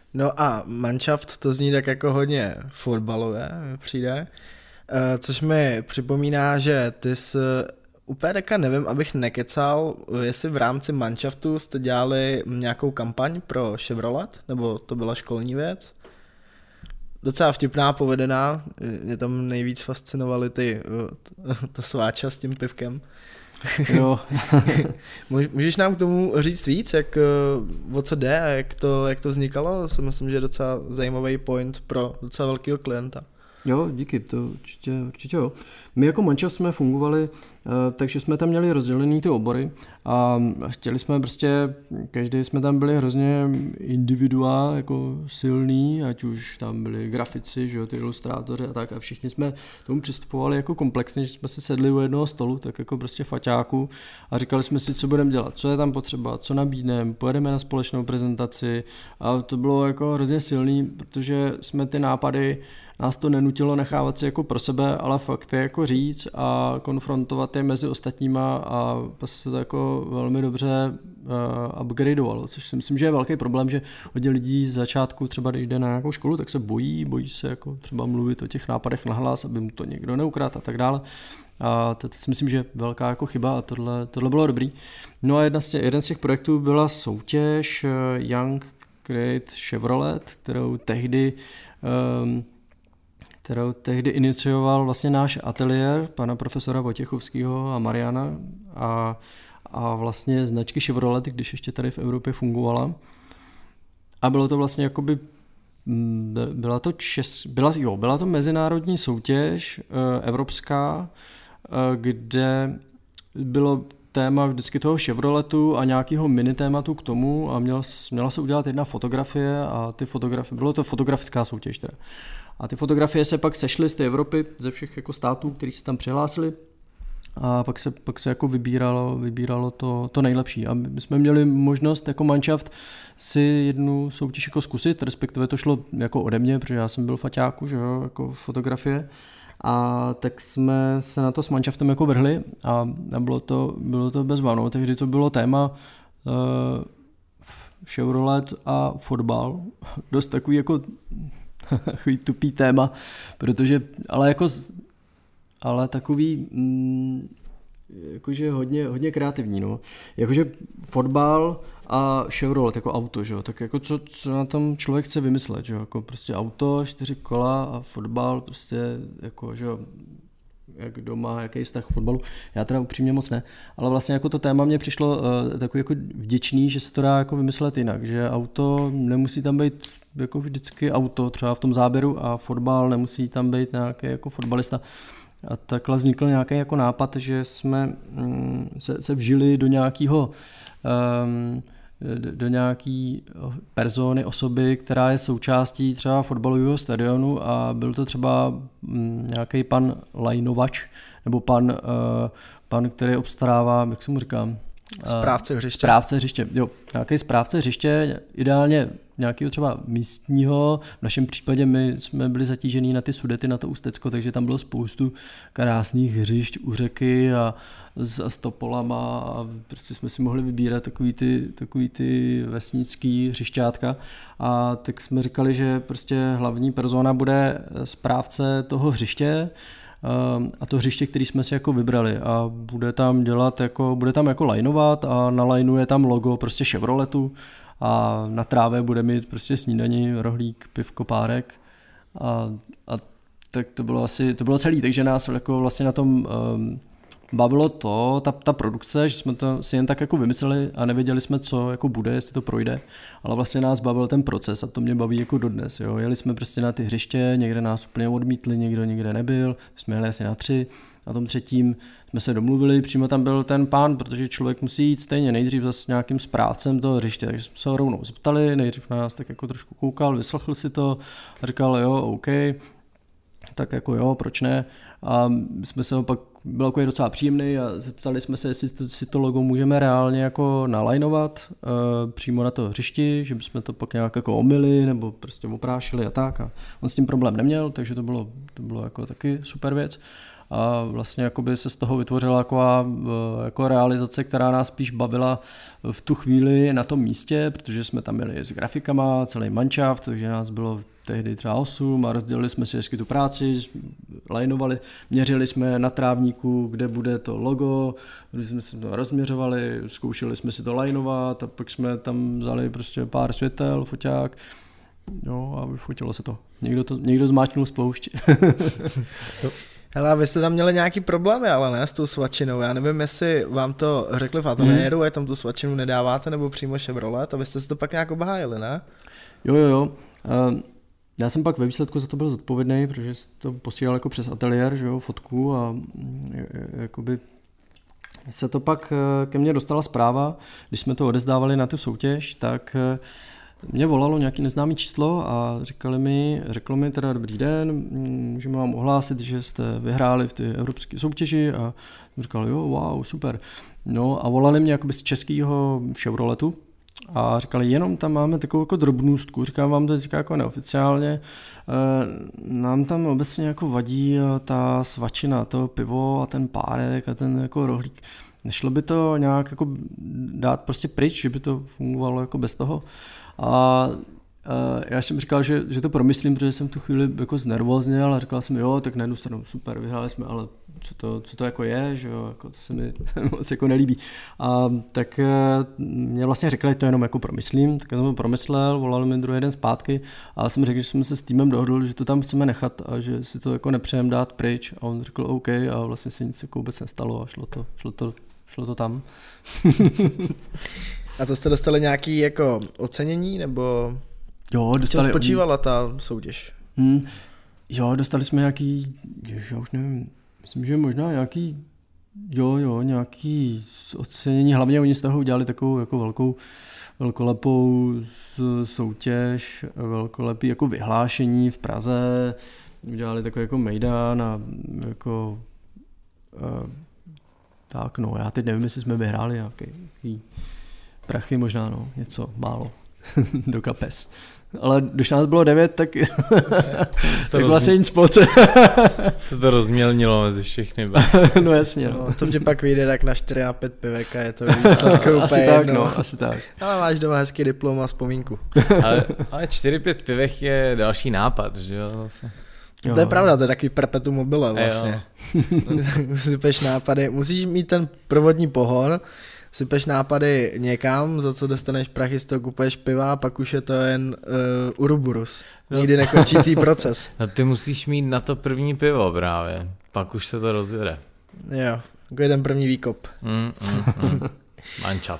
No a Mannschaft, to zní tak jako hodně fotbalové, mi přijde, což mi připomíná, že ty jsi úplně teďka nevím, abych nekecal, jestli v rámci Mannschaftu jste dělali nějakou kampaň pro Chevrolet, nebo to byla školní věc. Docela vtipná, povedená, mě tam nejvíc fascinovaly ty, ta sváča s tím pivkem. Jo. Můžeš nám k tomu říct víc, jak, o co jde a jak to, jak to vznikalo? Si myslím, že je docela zajímavý point pro docela velkého klienta. Jo, díky, to určitě, určitě jo. My jako Mannschaft jsme fungovali, takže jsme tam měli rozdělený ty obory a chtěli jsme prostě, každý jsme tam byli hrozně individuál, jako silný, ať už tam byli grafici, že jo, ty ilustrátoři a tak a všichni jsme tomu přistupovali jako komplexně, že jsme se sedli u jednoho stolu, tak jako prostě faťáku a říkali jsme si, co budeme dělat, co je tam potřeba, co nabídneme, pojedeme na společnou prezentaci a to bylo jako hrozně silný, protože jsme ty nápady, nás to nenutilo nechávat si jako pro sebe, ale fakt je jako říct a konfrontovat je mezi ostatníma a prostě se to jako velmi dobře uh, upgradeovalo, což si myslím, že je velký problém, že hodně lidí z začátku třeba když jde na nějakou školu, tak se bojí, bojí se jako třeba mluvit o těch nápadech nahlas, aby mu to někdo neukradl a tak dále. A to, to si myslím, že je velká jako chyba a tohle, tohle bylo dobrý. No a jedna z těch, jeden z těch projektů byla soutěž uh, Young Create Chevrolet, kterou tehdy um, kterou tehdy inicioval vlastně náš ateliér, pana profesora Vojtěchovského a Mariana a, a vlastně značky Chevrolet, když ještě tady v Evropě fungovala. A bylo to vlastně jakoby, byla to, čes, byla, jo, byla to mezinárodní soutěž evropská, kde bylo téma vždycky toho Chevroletu a nějakého mini tématu k tomu a měla, měla se udělat jedna fotografie a ty fotografie, bylo to fotografická soutěž teda. A ty fotografie se pak sešly z té Evropy, ze všech jako států, kteří se tam přihlásili a pak se, pak se jako vybíralo, vybíralo to, to nejlepší. A my jsme měli možnost jako Mannschaft si jednu soutěž jako zkusit, respektive to šlo jako ode mě, protože já jsem byl faťáku, že jo, jako fotografie. A tak jsme se na to s Mannschaftem jako vrhli a bylo to, bylo to bezva. No. Tehdy to bylo téma uh, Chevrolet a fotbal. Dost takový jako takový tupý téma, protože, ale jako, ale takový, mm, jakože hodně, hodně kreativní, no. Jakože fotbal a Chevrolet jako auto, že jo, tak jako co, co na tom člověk chce vymyslet, že jo, jako prostě auto, čtyři kola a fotbal, prostě jako, že jo, jak doma, jaký vztah k fotbalu, já teda upřímně moc ne, ale vlastně jako to téma mě přišlo uh, takový jako vděčný, že se to dá jako vymyslet jinak, že auto nemusí tam být jako vždycky auto, třeba v tom záběru a fotbal nemusí tam být nějaký jako fotbalista. A takhle vznikl nějaký jako nápad, že jsme mm, se, se vžili do nějakého um, do, do nějaký persony, osoby, která je součástí třeba fotbalového stadionu a byl to třeba mm, nějaký pan lajnovač nebo pan, uh, pan, který obstarává, jak se mu říkám? Správce hřiště. Správce hřiště, jo. Nějaký správce hřiště, ideálně nějakého třeba místního, v našem případě my jsme byli zatížení na ty Sudety, na to Ústecko, takže tam bylo spoustu krásných hřišť u řeky a s, a s topolama a prostě jsme si mohli vybírat takový ty, takový ty vesnický hřišťátka a tak jsme říkali, že prostě hlavní persona bude správce toho hřiště a to hřiště, který jsme si jako vybrali a bude tam dělat jako, bude tam jako lajnovat a nalajnuje tam logo prostě Chevroletu a na trávě bude mít prostě snídaní, rohlík, pivko, párek a, a tak to bylo asi, to bylo celý, takže nás jako vlastně na tom um, bavilo to, ta, ta produkce, že jsme to si jen tak jako vymysleli a nevěděli jsme, co jako bude, jestli to projde, ale vlastně nás bavil ten proces a to mě baví jako dodnes, jo. Jeli jsme prostě na ty hřiště, někde nás úplně odmítli, někdo někde nebyl, jsme jeli asi na tři, na tom třetím jsme se domluvili, přímo tam byl ten pán, protože člověk musí jít stejně nejdřív s nějakým správcem toho hřiště, takže jsme se ho rovnou zeptali, nejdřív na nás tak jako trošku koukal, vyslechl si to a říkal jo, OK, tak jako jo, proč ne? A jsme se ho pak, byl jako docela příjemný a zeptali jsme se, jestli to, si to logo můžeme reálně jako nalajnovat uh, přímo na to hřišti, že bychom to pak nějak jako omyli nebo prostě oprášili a tak. A on s tím problém neměl, takže to bylo, to bylo jako taky super věc. a vlastně jakoby se z toho vytvořila taková jako realizace, která nás spíš bavila v tu chvíli na tom místě, protože jsme tam měli s grafikama, celý manšaft, takže nás bylo tehdy třeba osm a rozdělili jsme si hezky tu práci, lajnovali, měřili jsme na trávníku, kde bude to logo, když jsme si to rozměřovali, zkoušeli jsme si to lajnovat a pak jsme tam vzali prostě pár světel, foťák, no a vyfotilo se to. Někdo, to, někdo zmáčknul spoušť. Hele, vy jste tam měli nějaký problémy, ale ne s tou svačinou. Já nevím, jestli vám to řekli v ateliéru, hmm. a tam tu svačinu nedáváte, nebo přímo Chevrolet, a vy jste si to pak nějak obhájili, ne? Jo, jo, jo. Uh, já jsem pak ve výsledku za to byl zodpovědný, protože to posílal jako přes ateliér, že jo, fotku a jakoby se to pak ke mně dostala zpráva, když jsme to odezdávali na tu soutěž, tak mě volalo nějaký neznámý číslo a říkali mi, řeklo mi teda dobrý den, můžeme vám ohlásit, že jste vyhráli v té evropské soutěži a jsem říkal, jo, wow, super. No a volali mě jakoby z českého Chevroletu a říkali, jenom tam máme takovou jako drobnůstku, říkám vám to teďka jako neoficiálně, nám tam obecně jako vadí ta svačina, to pivo a ten párek a ten jako rohlík. Nešlo by to nějak jako dát prostě pryč, že by to fungovalo jako bez toho. A já jsem říkal, že, že to promyslím, protože jsem v tu chvíli jako znervózněl a říkal jsem, jo, tak na jednu stranu super, vyhráli jsme, ale co to, co to jako je, že jo, jako to se mi moc jako nelíbí. A tak mě vlastně řekli, že to jenom jako promyslím, tak jsem to promyslel, volali mi druhý den zpátky a jsem řekl, že jsme se s týmem dohodli, že to tam chceme nechat a že si to jako nepřejeme dát pryč a on řekl OK a vlastně se nic jako vůbec nestalo a šlo to, šlo to, šlo to tam. A to jste dostali nějaký jako ocenění, nebo jo, dostali, co spočívala ta soutěž? Hmm, jo, dostali jsme nějaký, jež, já už nevím, myslím, že možná nějaký, jo, jo, nějaký ocenění, hlavně oni z toho udělali takovou jako velkou, velkolepou soutěž, velkolepý jako vyhlášení v Praze, udělali takový jako mejdan a jako uh, tak no, já teď nevím, jestli jsme vyhráli nějaký, nějaký prachy možná, no, něco málo do kapes. Ale když nás bylo devět, tak, tak roz... vlastně nic moc. Se to rozmělnilo mezi všechny. No jasně. No. No, to tě pak vyjde tak na čtyři na pět pivek a je to výsledku úplně asi jedno. Tak, no, asi tak. Ale máš doma hezký diplom a vzpomínku. ale, ale čtyři pět pivek je další nápad, že jo? Vlastně. Jo. To je pravda, to je takový perpetuum mobile vlastně. Sypeš nápady, musíš mít ten provodní pohon, sypeš nápady někam, za co dostaneš prachy, z toho kupuješ piva a pak už je to jen uh, uruburus. Nikdy nekončící proces. No ty musíš mít na to první pivo právě, pak už se to rozjede. Jo, jako je ten první výkop. Mm, mm, mm. Mančap.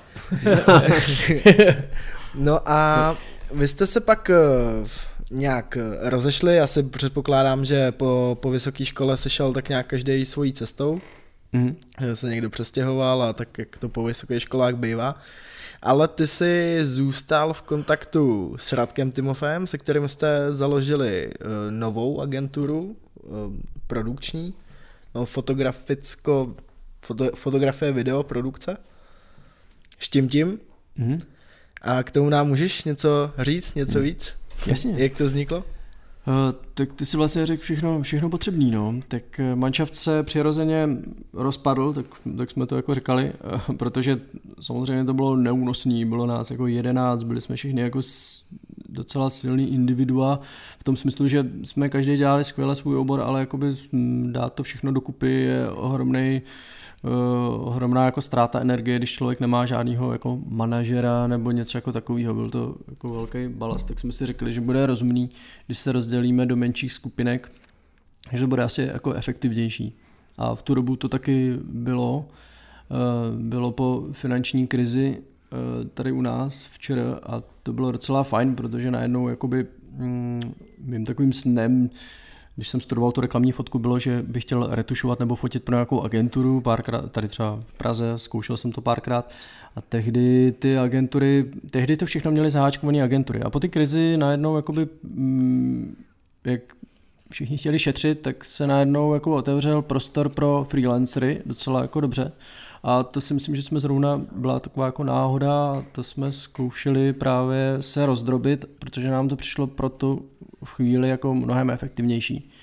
No a vy jste se pak uh, nějak rozešli, asi předpokládám, že po, po vysoké škole se šel tak nějak každý svojí cestou. Mm-hmm. Se někdo přestěhoval a tak, jak to po vysokých školách bývá. Ale ty jsi zůstal v kontaktu s Radkem Timofejem, se kterým jste založili uh, novou agenturu uh, produkční, no, fotograficko, foto, fotografie, video, produkce. Štím tím. Mm-hmm. A k tomu nám můžeš něco říct, něco mm. víc? Jasně. Jak to vzniklo? Uh, tak ty si vlastně řekl všechno, všechno potřebný, no. Tak manšaft se přirozeně rozpadl, tak, tak jsme to jako říkali, uh, protože samozřejmě to bylo neúnosný, bylo nás jako jedenáct, byli jsme všichni jako docela silný individua, v tom smyslu, že jsme každý dělali skvěle svůj obor, ale jakoby dát to všechno dokupy je ohromnej, uh, ohromná jako ztráta energie, když člověk nemá žádného jako manažera nebo něco jako takového, byl to jako velký balast, tak jsme si řekli, že bude rozumný, když se rozdělíme do menších skupinek, že to bude asi jako efektivnější. A v tu dobu to taky bylo, uh, bylo po finanční krizi uh, tady u nás včera a to bylo docela fajn, protože najednou jakoby mm, mým takovým snem, když jsem studoval tu reklamní fotku, bylo, že bych chtěl retušovat nebo fotit pro nějakou agenturu, párkrát, tady třeba v Praze, zkoušel jsem to párkrát a tehdy ty agentury, tehdy to všechno měly zaháčkované agentury a po té krizi najednou jakoby, mm, jak všichni chtěli šetřit, tak se najednou jako otevřel prostor pro freelancery docela jako dobře. A to si myslím, že jsme zrovna, byla taková jako náhoda, to jsme zkoušeli právě se rozdrobit, protože nám to přišlo pro tu chvíli jako mnohem efektivnější.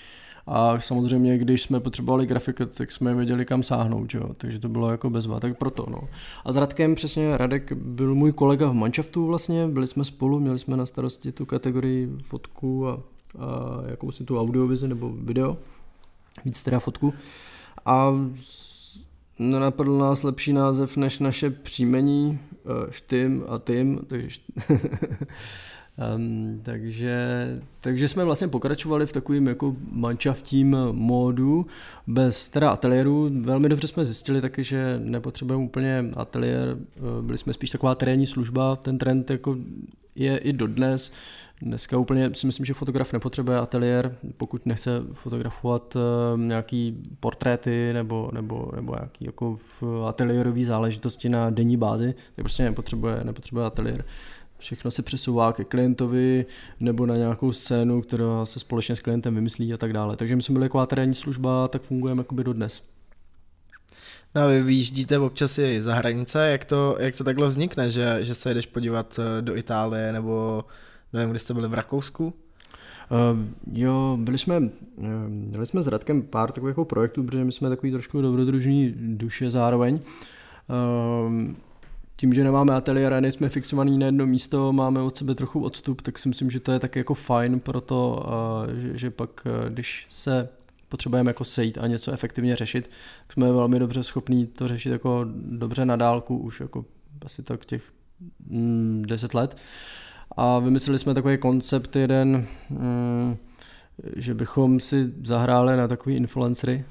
A samozřejmě, když jsme potřebovali grafika, tak jsme věděli, kam sáhnout, jo? Takže to bylo jako bezva, tak proto. No. A s Radkem přesně, Radek byl můj kolega v manšaftu vlastně, byli jsme spolu, měli jsme na starosti tu kategorii fotku a, a jakousi tu audiovizi nebo video, víc teda fotku. A nenapadl nás lepší název než naše příjmení, Štym a Tym, takže, um, takže, takže jsme vlastně pokračovali v takovým jako manšaftím módu, bez teda ateliéru. Velmi dobře jsme zjistili taky, že nepotřebujeme úplně ateliér, byli jsme spíš taková terénní služba, ten trend jako je i dodnes. Dneska úplně si myslím, že fotograf nepotřebuje ateliér, pokud nechce fotografovat nějaký portréty nebo, nebo, nebo nějaký jako ateliérové záležitosti na denní bázi, tak prostě nepotřebuje, nepotřebuje ateliér. Všechno se přesouvá ke klientovi nebo na nějakou scénu, která se společně s klientem vymyslí a tak dále. Takže my jsme byli jako terénní služba, tak fungujeme jakoby dodnes. No a vy vyjíždíte občas i za hranice, jak to, jak to takhle vznikne, že, že se jdeš podívat do Itálie nebo nevím, kde jste byli v Rakousku? Uh, jo, byli jsme, uh, byli jsme s Radkem pár takových jako projektů, protože my jsme takový trošku dobrodružní duše zároveň. Uh, tím, že nemáme ateliér a nejsme fixovaný na jedno místo, máme od sebe trochu odstup, tak si myslím, že to je tak jako fajn pro to, uh, že, že pak, když se potřebujeme jako sejít a něco efektivně řešit, tak jsme velmi dobře schopní to řešit jako dobře na dálku, už jako asi tak těch mm, deset let. A vymysleli jsme takový koncept jeden, mm, že bychom si zahráli na takový influencery.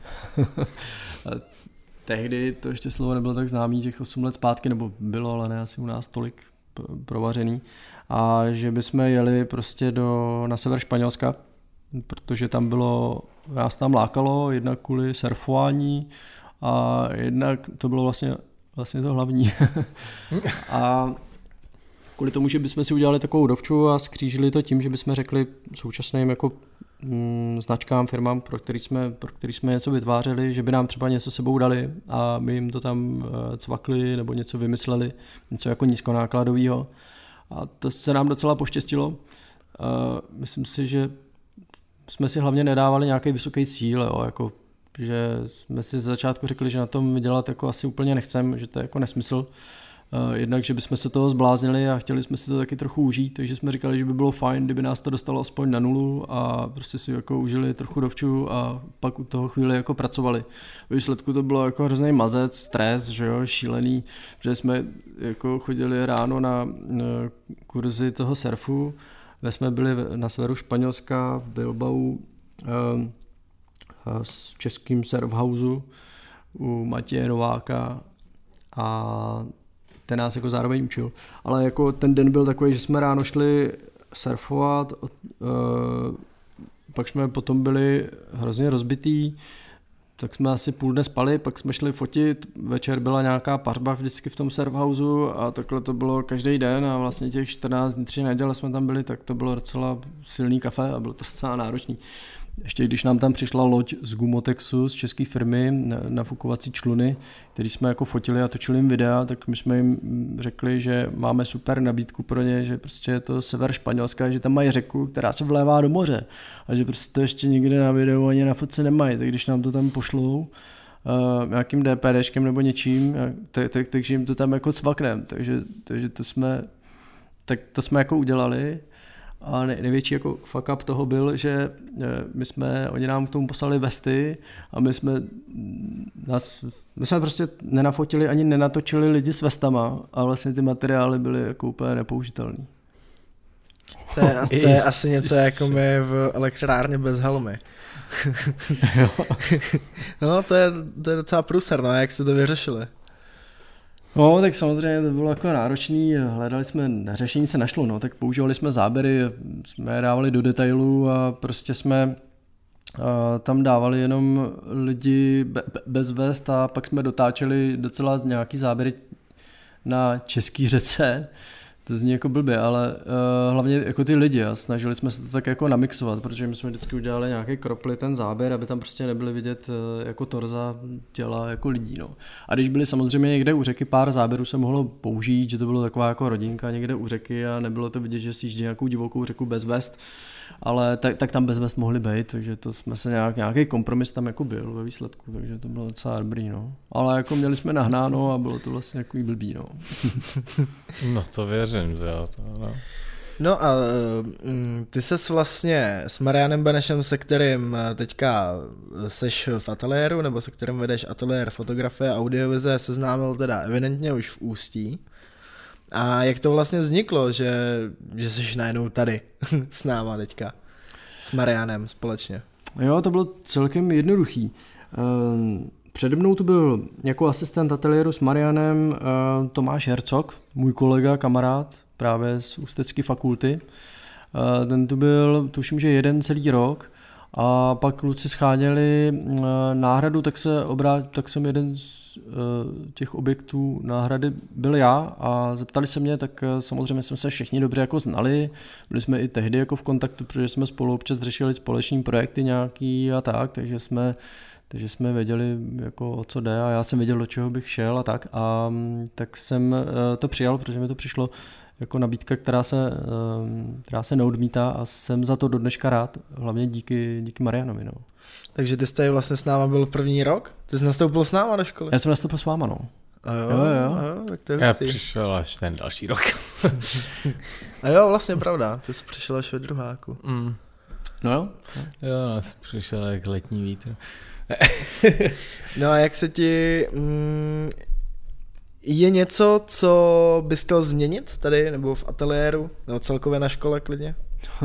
Tehdy to ještě slovo nebylo tak známý, těch osm let zpátky, nebo bylo, ale ne asi u nás tolik provařený. A že bychom jeli prostě do, na sever Španělska, protože tam bylo, nás tam lákalo, jednak kvůli surfování a jednak to bylo vlastně, vlastně to hlavní. A kvůli tomu, že bychom si udělali takovou dovču a skřížili to tím, že bychom řekli současným jako mm, značkám, firmám, pro který, jsme, pro který jsme něco vytvářeli, že by nám třeba něco sebou dali a my jim to tam uh, cvakli nebo něco vymysleli, něco jako nízkonákladového. A to se nám docela poštěstilo. Uh, myslím si, že jsme si hlavně nedávali nějaký vysoký cíl, jo, jako, že jsme si z začátku řekli, že na tom dělat jako asi úplně nechcem, že to je jako nesmysl. Jednak, že bychom se toho zbláznili a chtěli jsme si to taky trochu užít, takže jsme říkali, že by bylo fajn, kdyby nás to dostalo aspoň na nulu a prostě si jako užili trochu dovču a pak u toho chvíli jako pracovali. V výsledku to bylo jako hrozný mazec, stres, že jo, šílený, že jsme jako chodili ráno na kurzy toho surfu, kde jsme byli na severu Španělska v Bilbao s českým surfhouseu u Matěje Nováka a ten nás jako zároveň učil. Ale jako ten den byl takový, že jsme ráno šli surfovat, uh, pak jsme potom byli hrozně rozbitý, tak jsme asi půl dne spali, pak jsme šli fotit, večer byla nějaká pařba vždycky v tom surfhouseu a takhle to bylo každý den a vlastně těch čtrnáct dní, tři neděle jsme tam byli, tak to bylo docela silný kafe a bylo to docela náročný. Ještě když nám tam přišla loď z Gumotexu, z české firmy, nafukovací čluny, který jsme jako fotili a točili jim videa, tak my jsme jim řekli, že máme super nabídku pro ně, že prostě je to sever Španělska, že tam mají řeku, která se vlévá do moře a že prostě to ještě nikde na videu ani na fotce nemají, tak když nám to tam pošlou uh, nějakým DPDčkem nebo něčím, tak, tak, takže jim to tam jako cvaknem, takže, takže to jsme, tak to jsme jako udělali. A největší jako fuck up toho byl, že my jsme, oni nám k tomu poslali vesty a my jsme nás, my jsme prostě nenafotili ani nenatočili lidi s vestama a vlastně ty materiály byly jako úplně nepoužitelný. To je, to je asi něco jako my v elektrárně bez helmy. No to je, to je docela průser, no, jak jste to vyřešili? No, tak samozřejmě to bylo jako náročný, hledali jsme, řešení se našlo, no, tak používali jsme záběry, jsme je dávali do detailů a prostě jsme a, tam dávali jenom lidi be, bez vest a pak jsme dotáčeli docela nějaký záběry na český řece. To zní jako blbě, ale uh, hlavně jako ty lidi a snažili jsme se to tak jako namixovat, protože my jsme vždycky udělali nějaké kroply, ten záběr, aby tam prostě nebyly vidět uh, jako torza těla jako lidí. No. A když byli samozřejmě někde u řeky, pár záběrů se mohlo použít, že to bylo taková jako rodinka někde u řeky a nebylo to vidět, že si jíždí nějakou divokou řeku bez vest, ale tak, tak tam bez vás mohli být, takže to jsme se nějak, nějaký kompromis tam jako byl ve výsledku, takže to bylo docela dobrý, no. Ale jako měli jsme nahnáno a bylo to vlastně jako blbý, no. No to věřím, že jo, to no. No a ty ses vlastně s Marianem Benešem, se kterým teďka seš v ateliéru, nebo se kterým vedeš ateliér fotografie a audiovize, seznámil teda evidentně už v Ústí. A jak to vlastně vzniklo, že, že jsi najednou tady s náma teďka, s Marianem společně? Jo, to bylo celkem jednoduchý. Přede mnou tu byl jako asistent ateliéru s Marianem Tomáš Hercog, můj kolega, kamarád, právě z Ústecké fakulty. Ten tu byl, tuším, že jeden celý rok a pak kluci scháněli náhradu, tak, se obrát, tak jsem jeden z těch objektů náhrady byl já a zeptali se mě, tak samozřejmě jsme se všichni dobře jako znali, byli jsme i tehdy jako v kontaktu, protože jsme spolu občas řešili společní projekty nějaký a tak, takže jsme takže jsme věděli, jako o co jde a já jsem věděl, do čeho bych šel a tak a tak jsem to přijal, protože mi to přišlo jako nabídka, která se, která se neodmítá a jsem za to do dneška rád, hlavně díky, díky Marianovi. No. Takže ty jsi vlastně s náma byl první rok? Ty jsi nastoupil s náma do školy? Já jsem nastoupil s váma, no. A jo, jo, jo. A jo tak to je Já hustý. přišel až ten další rok. A jo, vlastně pravda, ty jsi přišel až ve druháku. Mm. No jo? Jo, já jsem přišel jak letní vítr. No a jak se ti... Mm, je něco, co bys chtěl změnit tady, nebo v ateliéru, nebo celkově na škole klidně?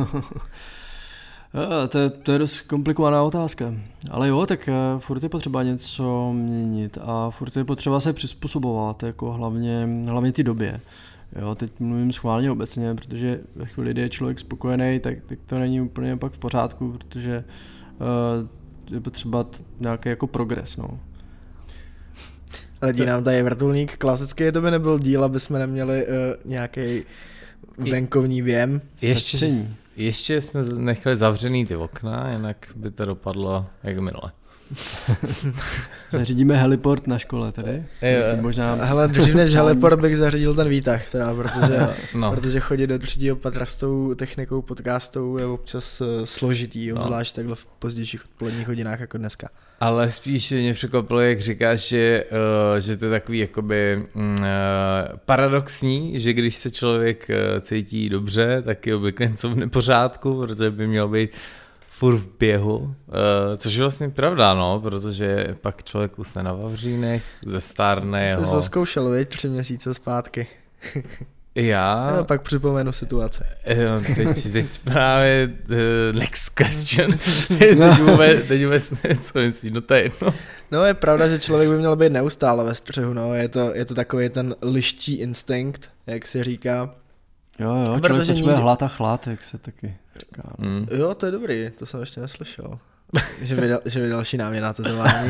to, je, to je dost komplikovaná otázka. Ale jo, tak furt je potřeba něco měnit a furt je potřeba se přizpůsobovat, jako hlavně, hlavně ty době. Jo, teď mluvím schválně obecně, protože ve chvíli, kdy je člověk spokojený, tak, tak to není úplně pak v pořádku, protože uh, je potřeba t- nějaký jako progres, no. Letí nám tady vrtulník, klasický to by nebyl díl, aby jsme neměli uh, nějaký venkovní věm. Ještě, ještě jsme nechali zavřený ty okna, jinak by to dopadlo jak minule. Zařídíme heliport na škole tady. Možná... Hele, dřív než heliport bych zařídil ten výtah, teda, protože, no. protože chodit do třetího patra s tou technikou podcastou je občas složitý, no. Obzvlášť takhle v pozdějších odpoledních hodinách jako dneska. Ale spíš mě překvapilo, jak říkáš, že, uh, že to je takový jakoby uh, paradoxní, že když se člověk uh, cítí dobře, tak je obvykle něco v nepořádku, protože by měl být furt v běhu, uh, což je vlastně pravda, no, protože pak člověk usne na vavřínech, zestárne jeho... Jsi to zkoušel, viď, tři měsíce zpátky. Já? Já pak připomenu situaci. Jo, teď, teď právě uh, next question. teď, vůbec, teď vůbec něco myslí, no to je jedno. No je pravda, že člověk by měl být neustále ve střehu, no, je to, je to takový ten liští instinkt, jak se říká. Jo, jo, člověk potřebuje nikdy... hlad a chlad, jak se taky říká. Mm. Jo, to je dobrý, to jsem ještě neslyšel. že, vydal, že vydal další námě na tetování.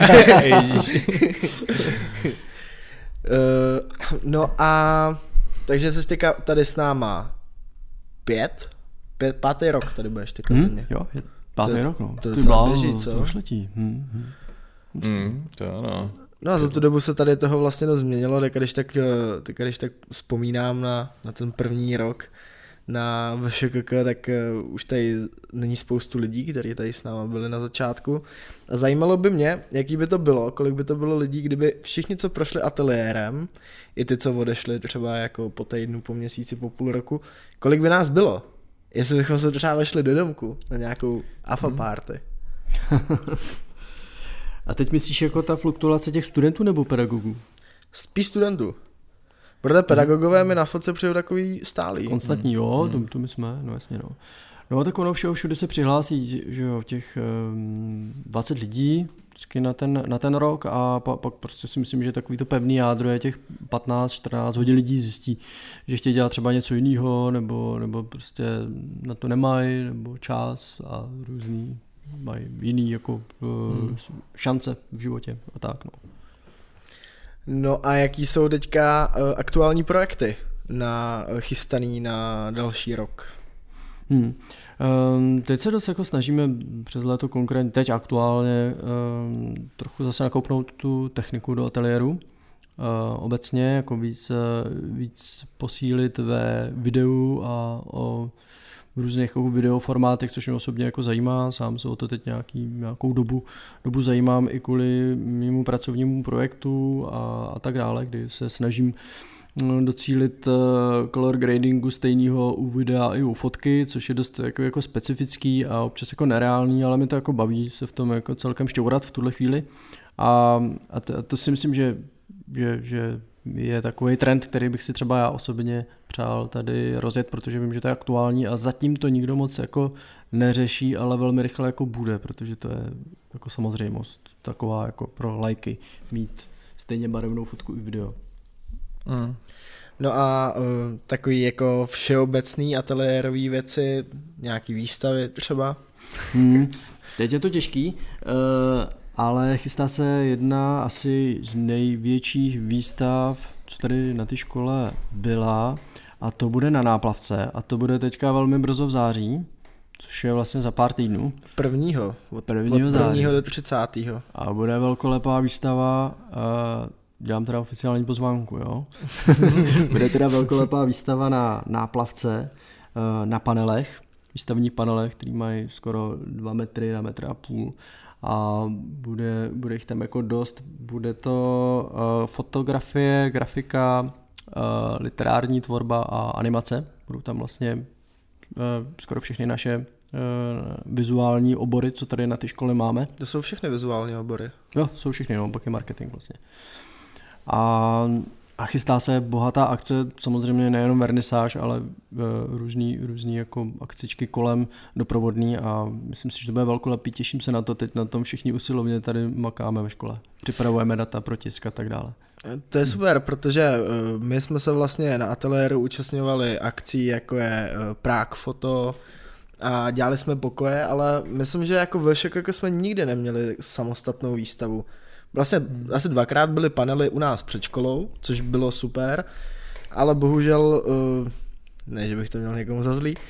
uh, no a takže jsi teďka tady s náma pět? pět pátý rok tady budeš teďka hmm? mě. Jo, je pátý to, rok, no. To docela běží, co? To už letí. Hmm, hmm. Mm, to no. No a za tu dobu se tady toho vlastně dost změnilo, tak když tak, tak, když tak vzpomínám na, na ten první rok na V Š K K, tak uh, už tady není spoustu lidí, kteří tady s náma byli na začátku. A zajímalo by mě, jaký by to bylo, kolik by to bylo lidí, kdyby všichni, co prošli ateliérem, i ty, co odešli třeba jako po týdnu, po měsíci, po půl roku, kolik by nás bylo, jestli bychom se třeba vešli do domku na nějakou afa party. A teď myslíš jako ta fluktuace těch studentů nebo pedagogů? Spíš studentů. Protože pedagogové mi na fotce přijou takový stálý. Konstantní, jo, to, to my jsme, no jasně, no. No tak ono všeho všude se přihlásí, že jo, těch um, dvacet lidí vždycky na ten, na ten rok a pa, pak prostě si myslím, že takový to pevný jádro je těch patnáct čtrnáct hodin lidí zjistí, že chtějí dělat třeba něco jiného, nebo, nebo prostě na to nemají, nebo čas a různý, mají jiný jako hmm. šance v životě a tak, no. No a jaký jsou teďka uh, aktuální projekty na uh, chystaný na další rok? Hmm. Um, teď se dost jako snažíme přes léto konkrétně, teď aktuálně um, trochu zase nakoupnout tu techniku do ateliéru. Uh, obecně jako víc, víc posílit ve videu a o v různých jako videoformátech, což mě osobně jako zajímá, sám se o to teď nějaký, nějakou dobu, dobu zajímám i kvůli mému pracovnímu projektu a, a tak dále, kdy se snažím docílit color gradingu stejného u videa i u fotky, což je dost jako, jako specifický a občas jako nereálný, ale mi to jako baví se v tom jako celkem šťourat v tuhle chvíli. A, a, to, a to si myslím, že, že, že je takový trend, který bych si třeba já osobně přál tady rozjet, protože vím, že to je aktuální a zatím to nikdo moc jako neřeší, ale velmi rychle jako bude, protože to je jako samozřejmost taková jako pro lajky mít stejně barevnou fotku i video. Mm. No a uh, takový jako všeobecný ateliérový věci, nějaký výstavy třeba? Hmm, teď je to těžký, uh, ale chystá se jedna asi z největších výstav, co tady na té škole byla, a to bude na Náplavce a to bude teďka velmi brzo v září, což je vlastně za pár týdnů. Prvního, od prvního, od září. prvního do třicátého A bude velkolepá výstava, uh, dělám teda oficiální pozvánku, jo. Bude teda velkolepá výstava na Náplavce, uh, na panelech, výstavních panelech, který mají skoro dva metry na metr a půl. A bude, bude jich tam jako dost. Bude to uh, fotografie, grafika, uh, literární tvorba a animace. Budou tam vlastně uh, skoro všechny naše uh, vizuální obory, co tady na ty školy máme. To jsou všechny vizuální obory. Jo, jsou všechny, no, pak je marketing vlastně. A, a chystá se bohatá akce, samozřejmě nejenom vernisáž, ale uh, různý, různý jako akcičky kolem doprovodný a myslím si, že to bude velkolepý, těším se na to, teď na tom všichni usilovně tady makáme ve škole. Připravujeme data pro tisk a tak dále. To je super, protože uh, my jsme se vlastně na ateliéru účastňovali akcí, jako je uh, Prague Foto a dělali jsme pokoje, ale myslím, že jako ve Šek jako jsme nikdy neměli samostatnou výstavu. Vlastně hmm. asi dvakrát byly panely u nás před školou, což bylo super, ale bohužel, ne, že bych to měl někomu za zlý,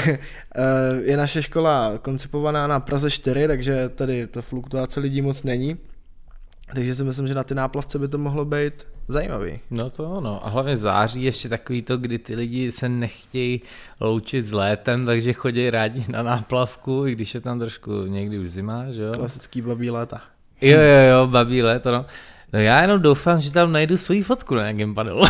je naše škola koncipovaná na Praze čtyři, takže tady ta fluktuace lidí moc není, takže si myslím, že na ty Náplavce by to mohlo být zajímavý. No to no, a hlavně září ještě takový to, kdy ty lidi se nechtějí loučit s létem, takže chodí rádi na Náplavku, i když je tam trošku někdy už zima, že jo? Klasický babí léta. Jo, jo, jo, babí léto, no. No já jenom doufám, že tam najdu svoji fotku na nějakém panelu.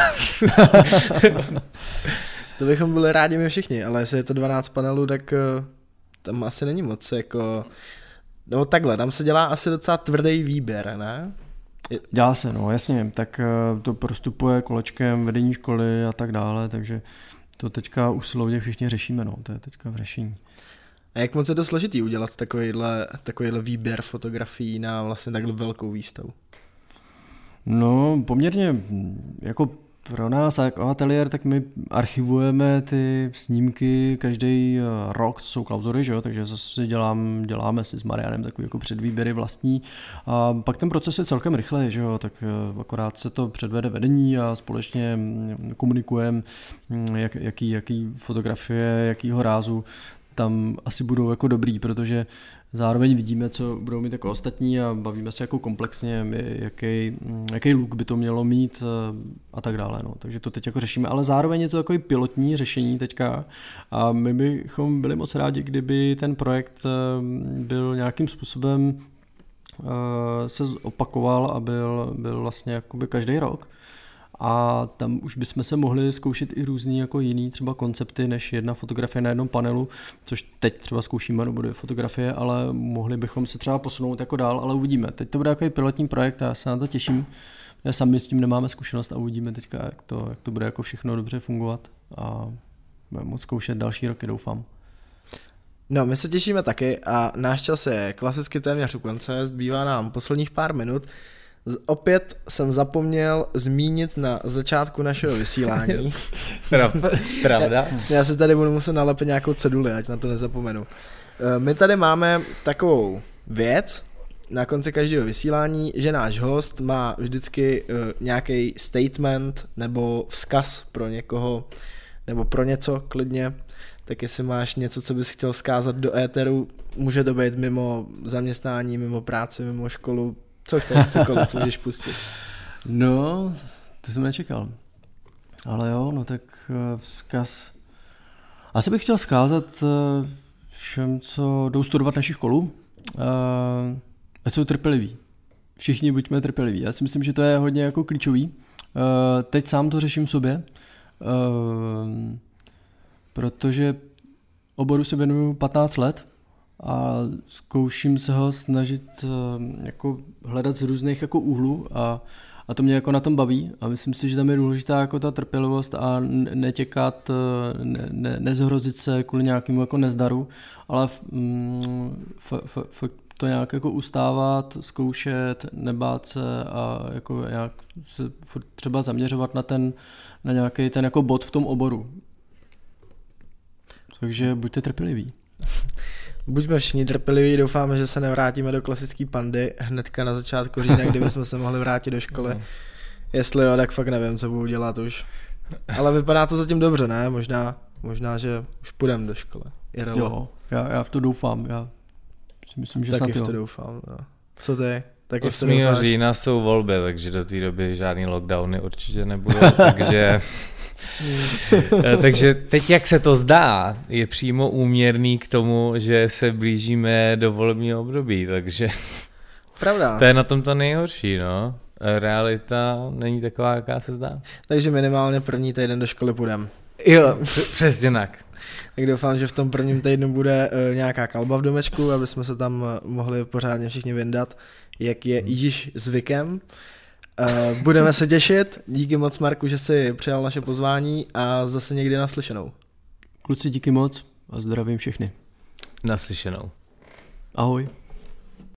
To bychom byli rádi my všichni, ale jestli je to dvanáct panelů, tak uh, tam asi není moc jako... No takhle, tam se dělá asi docela tvrdý výběr, ne? Je... Dělá se, no jasně, tak uh, to prostupuje kolečkem vedení školy a tak dále, takže to teďka usilovně všichni řešíme, no, to je teďka v řešení. A jak moc je to složitý udělat takovýhle, takovýhle výběr fotografií na vlastně takhle velkou výstavu? No poměrně jako pro nás jako ateliér, tak my archivujeme ty snímky každý rok, to jsou klauzury, že jo? Takže zase dělám, děláme si s Marianem takový jako předvýběry vlastní a pak ten proces je celkem rychlej, že jo? Tak akorát se to předvede vedení a společně komunikujeme, jak, jaký, jaký fotografie, jakýho rázu tam asi budou jako dobrý, protože zároveň vidíme, co budou mít jako ostatní a bavíme se jako komplexně, jaký, jaký look by to mělo mít a tak dále. No. Takže to teď jako řešíme, ale zároveň je to takový pilotní řešení teďka a my bychom byli moc rádi, kdyby ten projekt byl nějakým způsobem se opakoval a byl, byl vlastně jakoby každý rok. A tam už bychom se mohli zkoušet i různý jako jiný třeba koncepty než jedna fotografie na jednom panelu, což teď třeba zkoušíme, nebo dvě fotografie, ale mohli bychom se třeba posunout jako dál, ale uvidíme. Teď to bude takový pilotní projekt a já se na to těším. Já sami s tím nemáme zkušenost a uvidíme teďka, jak to, jak to bude jako všechno dobře fungovat a budeme moc zkoušet další roky, doufám. No, my se těšíme taky a náš čas je klasicky téměř u konce, zbývá nám posledních pár minut. Opět jsem zapomněl zmínit na začátku našeho vysílání. Pravda. Já, já si tady budu muset nalepit nějakou ceduli, ať na to nezapomenu. My tady máme takovou věc na konci každého vysílání, že náš host má vždycky nějaký statement nebo vzkaz pro někoho, nebo pro něco klidně. Tak jestli máš něco, co bys chtěl vzkázat do éteru, může to být mimo zaměstnání, mimo práci, mimo školu, co chceš, cokoliv můžeš pustit. No, to jsem nečekal. Ale jo, no tak vzkaz Asi bych chtěl vzkázat všem, co jdou studovat naši školu, ať jsou trpěliví. Všichni buďme trpěliví. Já si myslím, že to je hodně jako klíčový. Teď sám to řeším v sobě, protože oboru se věnuju patnáct let a zkouším se ho snažit jako hledat z různých jako úhlů a, a to mě jako na tom baví a myslím si, že tam je důležitá jako ta trpělivost a netěkat, ne, ne, nezhrozit se kvůli nějakému jako nezdaru, ale mm, f, f, f, to nějak jako ustávat, zkoušet, nebát se a jako nějak se třeba zaměřovat na ten, na nějaký ten jako bod v tom oboru. Takže buďte trpěliví. Buďme všichni trpěliví, doufáme, že se nevrátíme do klasické pandy hnedka na začátku října, kdyby jsme se mohli vrátit do školy. Jestli jo, tak fakt nevím, co budu dělat už. Ale vypadá to zatím dobře, ne? Možná, možná že už půjdeme do školy. Jo, já, já v to doufám, já si myslím, že taky snad v to jo. doufám. No. Co ty? Taky osmého října jsou volby, takže do té doby žádný lockdowny určitě nebudou, takže... Takže teď, jak se to zdá, je přímo úměrný k tomu, že se blížíme do volebního období, takže pravda. To je na tom to nejhorší, no. Realita není taková, jaká se zdá. Takže minimálně první týden do školy půjdem. Jo, přesně tak. Tak doufám, že v tom prvním týdnu bude uh, nějaká kalba v domečku, aby jsme se tam uh, mohli pořádně všichni vyndat, jak je již zvykem. Uh, budeme se těšit, díky moc Marku, že jsi přijal naše pozvání a zase někdy naslyšenou. Kluci, díky moc a zdravím všechny. Naslyšenou. Ahoj.